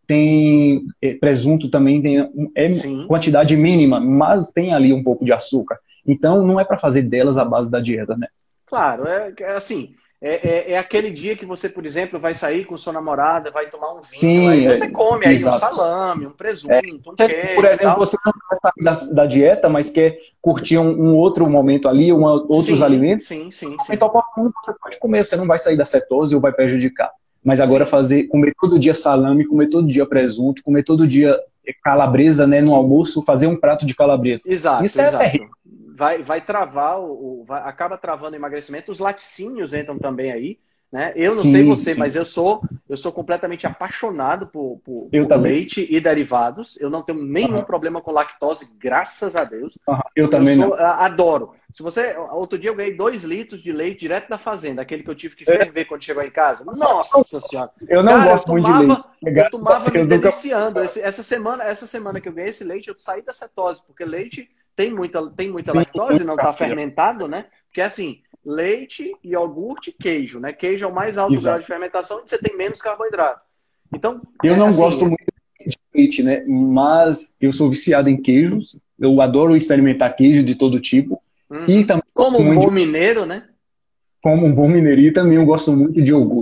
tem é, presunto também, tem é quantidade mínima, mas tem ali um pouco de açúcar. Então, não é para fazer delas a base da dieta, né? Claro, é, é assim, é, é, é aquele dia que você, por exemplo, vai sair com sua namorada, vai tomar um vinho, Sim, aí você come aí exato. um salame, um presunto, é, um queijo. Por exemplo, você não vai sair da, da dieta, mas quer curtir um, um outro momento ali, uma, outros sim, alimentos. Sim, sim, sim. Então, você pode comer, você não vai sair da cetose ou vai prejudicar. Mas agora fazer, comer todo dia salame, comer todo dia presunto, comer todo dia calabresa, né, no almoço, fazer um prato de calabresa. Exato, Isso é exato. terrível. Vai, vai travar, o, o vai, acaba travando o emagrecimento. Os laticínios entram também aí, né? Eu não sim, sei você, sim. mas eu sou, eu sou completamente apaixonado por, por, por leite e derivados. Eu não tenho nenhum uhum. problema com lactose, graças a Deus. Uhum. Eu também eu sou, não. Adoro. Se você, outro dia eu ganhei dois litros de leite direto da fazenda, aquele que eu tive que ferver é. quando chegou em casa. Nossa Senhora! Eu não Cara, gosto eu tomava, muito de leite. Eu tomava me nunca... deliciando. Esse, essa, semana, essa semana que eu ganhei esse leite, eu saí da cetose, porque leite tem muita, tem muita Sim, lactose, não está fermentado, né? Porque assim, leite, iogurte, queijo, né? Queijo é o mais alto Exato. grau de fermentação e você tem menos carboidrato. Então, eu é, não assim, gosto muito de leite, né? Mas eu sou viciado em queijos. Eu adoro experimentar queijo de todo tipo. Uhum. E também como um bom de... mineiro, né? Como um bom mineiro. E também eu gosto muito de iogurte.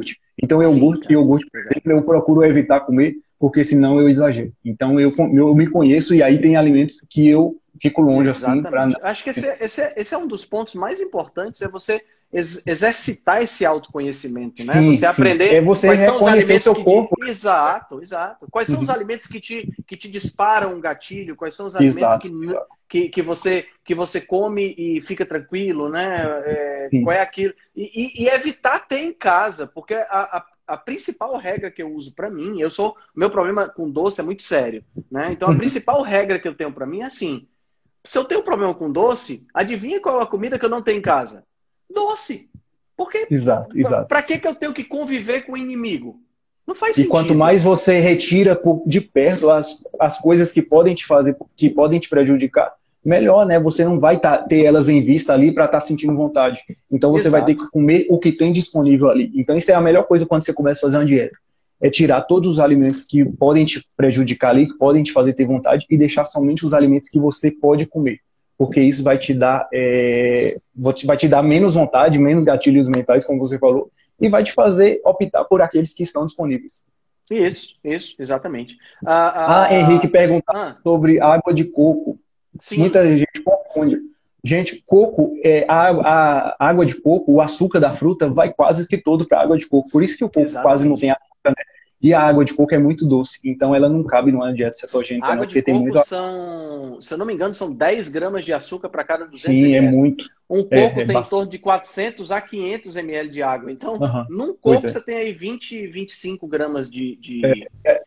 Então, eu Sim, gosto, cara. iogurte, por exemplo, eu procuro evitar comer, porque senão eu exagero. Então, eu, eu me conheço e aí tem alimentos que eu fico longe, assim, para Exatamente. não... Acho que esse, é- esse, é, esse é um dos pontos mais importantes, é você ex- exercitar esse autoconhecimento, né? Sim, Você sim. É aprender você quais são os reconhecer o alimentos seu que... Te... corpo. Exato, exato. Quais são os Uhum. alimentos que te, que te disparam um gatilho, quais são os alimentos que, Exato, n- exato. que, que, você, que você come e fica tranquilo, né? É, qual Sim. é aquilo? E, e- e evitar ter em casa, porque a, a, a principal regra que eu uso para mim, eu sou, o meu problema com doce é muito sério, né? Então a Uhum. principal regra que eu tenho para mim é assim: se eu tenho problema com doce, adivinha qual é a comida que eu não tenho em casa? Doce. Porque Exato, exato. para que, que eu tenho que conviver com o inimigo? Não faz E quanto sentido. mais você retira por- de perto as, as coisas que podem te fazer, que podem te prejudicar, melhor, né? Você não vai tá, ter elas em vista ali para estar sentindo vontade. Então você vai ter Exato. que comer o que tem disponível ali. Então isso é a melhor coisa quando você começa a fazer uma dieta. É tirar todos os alimentos que podem te prejudicar ali, que podem te fazer ter vontade, e deixar somente os alimentos que você pode comer. Porque isso vai te dar, é, vai te dar menos vontade, menos gatilhos mentais, como você falou, e vai te fazer optar por aqueles que estão disponíveis. Isso, isso, exatamente. Ah, Ah, Henrique ah, perguntava ah, sobre água de coco. sim, Muita gente confunde. Gente, coco, é, a, a água de coco, o açúcar da fruta vai quase que todo para a água de coco. Por isso que o coco quase não tem exatamente. açúcar, né? E a água de coco é muito doce, então ela não cabe numa dieta A cetogênica, não, água de porque tem coco muito. são, se eu não me engano, são dez gramas de açúcar para cada duzentos Sim, é ml. muito. Um É, coco é tem em bastante. torno de quatrocentos a quinhentos ml de água. Então, Aham, num pois coco é. você tem aí vinte, vinte e cinco gramas de, É, de, é.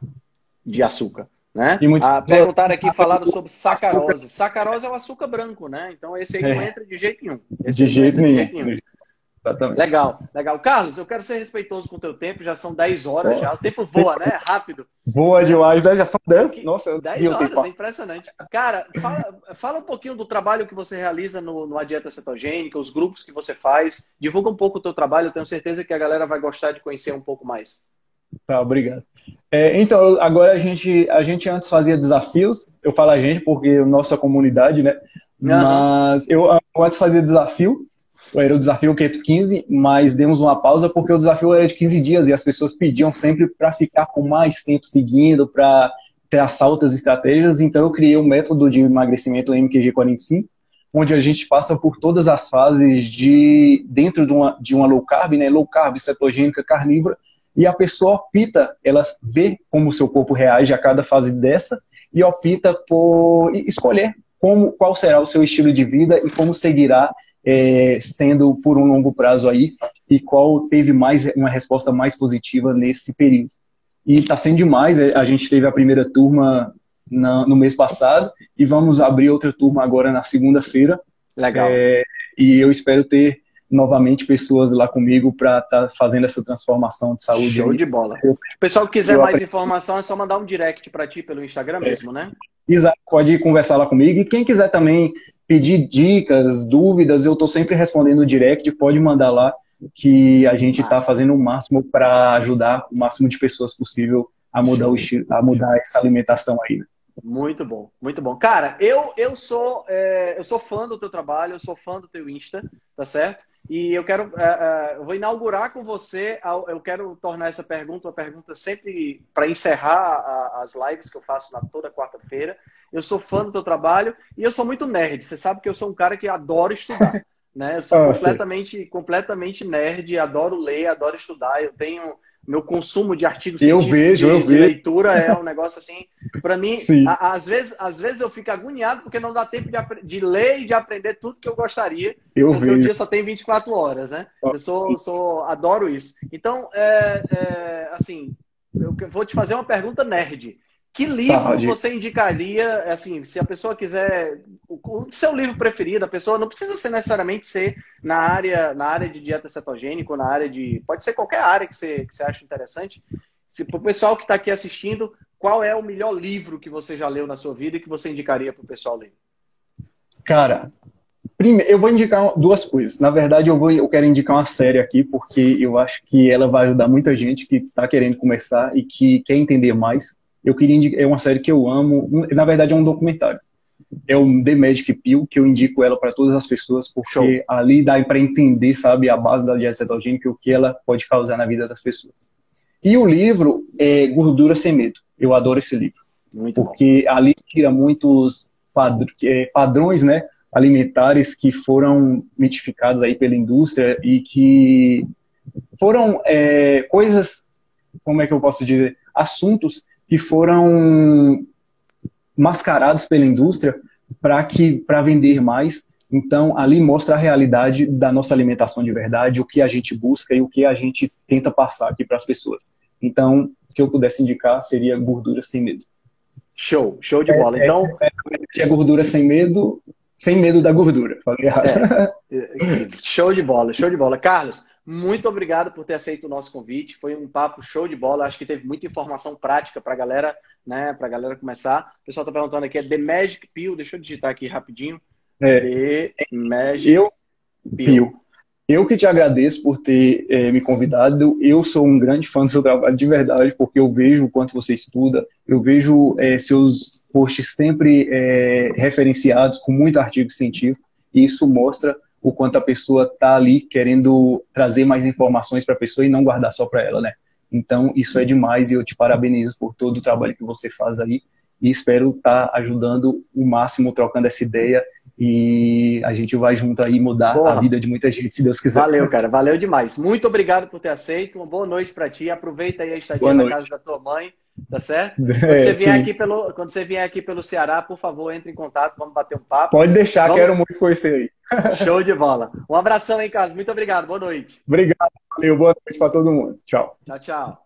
de açúcar, né? E muita Ah, pessoa perguntaram aqui, água de falaram coco, sobre açúcar, sacarose. Sacarose é o açúcar branco, né? Então esse aí não é, entra de jeito nenhum. Esse de aí não jeito entra de nenhum. jeito nenhum. Exatamente. Legal, legal. Carlos, eu quero ser respeitoso com o teu tempo, já são dez horas Ó, já. O tempo voa, né? Rápido, boa né? demais, né? Já são dez. Que Nossa, eu vi dez o tempo horas, é passar. impressionante. Cara, fala, fala um pouquinho do trabalho que você realiza no, numa dieta cetogênica, os grupos que você faz. Divulga um pouco o teu trabalho, eu tenho certeza que a galera vai gostar de conhecer um pouco mais. Tá, obrigado. É, então, agora a gente, a gente antes fazia desafios, eu falo a gente porque a nossa comunidade, né? Aham. Mas eu antes fazia desafio, era o desafio Keto quinze, mas demos uma pausa porque o desafio era de quinze dias e as pessoas pediam sempre para ficar com mais tempo seguindo, para traçar outras estratégias, então eu criei um método de emagrecimento M Q G quarenta e cinco, onde a gente passa por todas as fases de dentro de uma, de uma low carb, né? Low carb, cetogênica, carnívora, e a pessoa opta, ela vê como o seu corpo reage a cada fase dessa e opta por escolher como, qual será o seu estilo de vida e como seguirá é, sendo por um longo prazo aí e qual teve mais uma resposta mais positiva nesse período. E está sendo demais, a gente teve a primeira turma na, no mês passado e vamos abrir outra turma agora na segunda-feira. Legal. É, e eu espero ter novamente pessoas lá comigo para estar tá fazendo essa transformação de saúde. Show aí. de bola. Eu, O pessoal que quiser eu mais aprendi, informação é só mandar um direct para ti pelo Instagram mesmo, né? Isa, pode conversar lá comigo. E quem quiser também pedir dicas, dúvidas, eu estou sempre respondendo no direct, pode mandar lá que a gente está Massa. fazendo o máximo para ajudar o máximo de pessoas possível a mudar o estilo, a mudar essa alimentação aí. Né? Muito bom, muito bom. Cara, eu, eu, sou, é, eu sou fã do teu trabalho, eu sou fã do teu Insta, tá certo? E eu quero, é, é, eu vou inaugurar com você, eu quero tornar essa pergunta uma pergunta sempre para encerrar a, as lives que eu faço na toda quarta-feira. Eu sou fã do teu trabalho e eu sou muito nerd. Você sabe que eu sou um cara que adora estudar, né? Eu sou Ah, completamente, completamente nerd, adoro ler, adoro estudar. Eu tenho meu consumo de artigos eu científicos vejo, de, eu de vejo. leitura é um negócio assim, para mim, Sim. a, às vezes, às vezes eu fico agoniado porque não dá tempo de, de ler e de aprender tudo que eu gostaria, Eu porque vejo. o dia só tem vinte e quatro horas, né? Eu sou, sou adoro isso. Então, é, é, assim, eu vou te fazer uma pergunta nerd. Que livro Tá, você indicaria, assim, se a pessoa quiser, o seu livro preferido, a pessoa não precisa ser necessariamente ser na área, na área de dieta cetogênica ou na área de, pode ser qualquer área que você, que você acha interessante. Se para o pessoal que está aqui assistindo, qual é o melhor livro que você já leu na sua vida e que você indicaria para o pessoal ler? Cara, primeiro, eu vou indicar duas coisas. Na verdade, eu, vou, eu quero indicar uma série aqui, porque eu acho que ela vai ajudar muita gente que está querendo começar e que quer entender mais. Eu queria indicar, é uma série que eu amo, na verdade é um documentário. é o The Magic Pill, que eu indico ela para todas as pessoas, porque Show. ali dá para entender, sabe, a base da dieta cetogênica e o que ela pode causar na vida das pessoas. E o livro é Gordura Sem Medo. Eu adoro esse livro. Muito porque bom. Ali tira muitos padrões, né, alimentares que foram mitificados aí pela indústria e que foram é, coisas, como é que eu posso dizer, assuntos que foram mascarados pela indústria para que para vender mais. Então, ali mostra a realidade da nossa alimentação de verdade, o que a gente busca e o que a gente tenta passar aqui para as pessoas. Então, se eu pudesse indicar, seria Gordura Sem Medo. Show, show de bola. Então, é, é, é gordura sem medo, sem medo da gordura. Falei errado. É, show de bola, show de bola. Carlos, muito obrigado por ter aceito o nosso convite. Foi um papo show de bola. Acho que teve muita informação prática para a galera, né? Para a galera começar. O pessoal está perguntando aqui, é The Magic Pill. Deixa eu digitar aqui rapidinho. É, The Magic eu, Pill. Pill. Eu que te agradeço por ter é, me convidado. Eu sou um grande fã do seu trabalho, de verdade, porque eu vejo o quanto você estuda, eu vejo é, seus posts sempre é, referenciados com muito artigo científico, e isso mostra o quanto a pessoa está ali querendo trazer mais informações para a pessoa e não guardar só para ela, né? Então, isso é demais e eu te parabenizo por todo o trabalho que você faz aí e espero estar tá ajudando o máximo, trocando essa ideia. E a gente vai junto aí mudar Porra. a vida de muita gente, se Deus quiser. Valeu, cara. Valeu demais. Muito obrigado por ter aceito. Uma boa noite para ti. Aproveita aí a estadia na casa da tua mãe, tá certo? Quando, é, você vier aqui pelo, quando você vier aqui pelo Ceará, por favor, entre em contato. Vamos bater um papo. Pode deixar, vamos... quero muito conhecer aí. Show de bola. Um abração aí, Carlos. Muito obrigado. Boa noite. Obrigado. Valeu. Boa noite para todo mundo. Tchau. Tchau, tchau.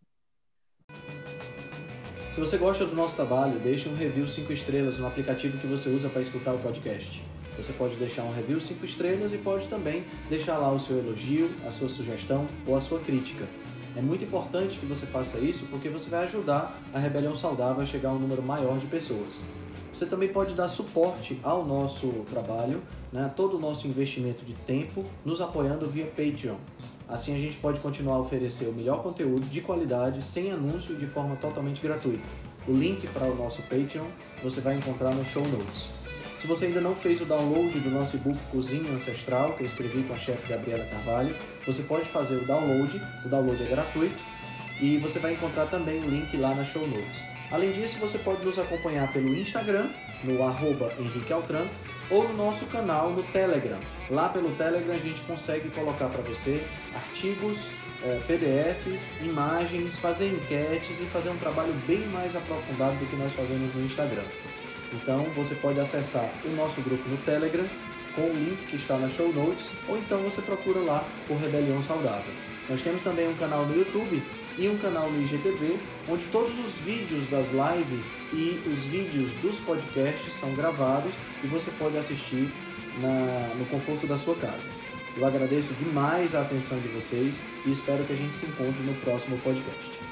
Se você gosta do nosso trabalho, deixe um review cinco estrelas no aplicativo que você usa para escutar o podcast. Você pode deixar um review cinco estrelas e pode também deixar lá o seu elogio, a sua sugestão ou a sua crítica. É muito importante que você faça isso porque você vai ajudar a Rebelião Saudável a chegar a um número maior de pessoas. Você também pode dar suporte ao nosso trabalho, né, todo o nosso investimento de tempo, nos apoiando via Patreon. Assim a gente pode continuar a oferecer o melhor conteúdo de qualidade, sem anúncio e de forma totalmente gratuita. O link para o nosso Patreon você vai encontrar no show notes. Se você ainda não fez o download do nosso e-book Cozinha Ancestral, que eu escrevi com a chefe Gabriela Carvalho, você pode fazer o download, o download é gratuito, e você vai encontrar também o link lá na show notes. Além disso, você pode nos acompanhar pelo Instagram, no arroba Henrique Altran, ou no nosso canal no Telegram. Lá pelo Telegram a gente consegue colocar para você artigos, eh, P D Fs, imagens, fazer enquetes e fazer um trabalho bem mais aprofundado do que nós fazemos no Instagram. Então você pode acessar o nosso grupo no Telegram com o link que está na show notes, ou então você procura lá por Rebelião Saudável. Nós temos também um canal no YouTube e um canal no I G T V, onde todos os vídeos das lives e os vídeos dos podcasts são gravados e você pode assistir na, no conforto da sua casa. Eu agradeço demais a atenção de vocês e espero que a gente se encontre no próximo podcast.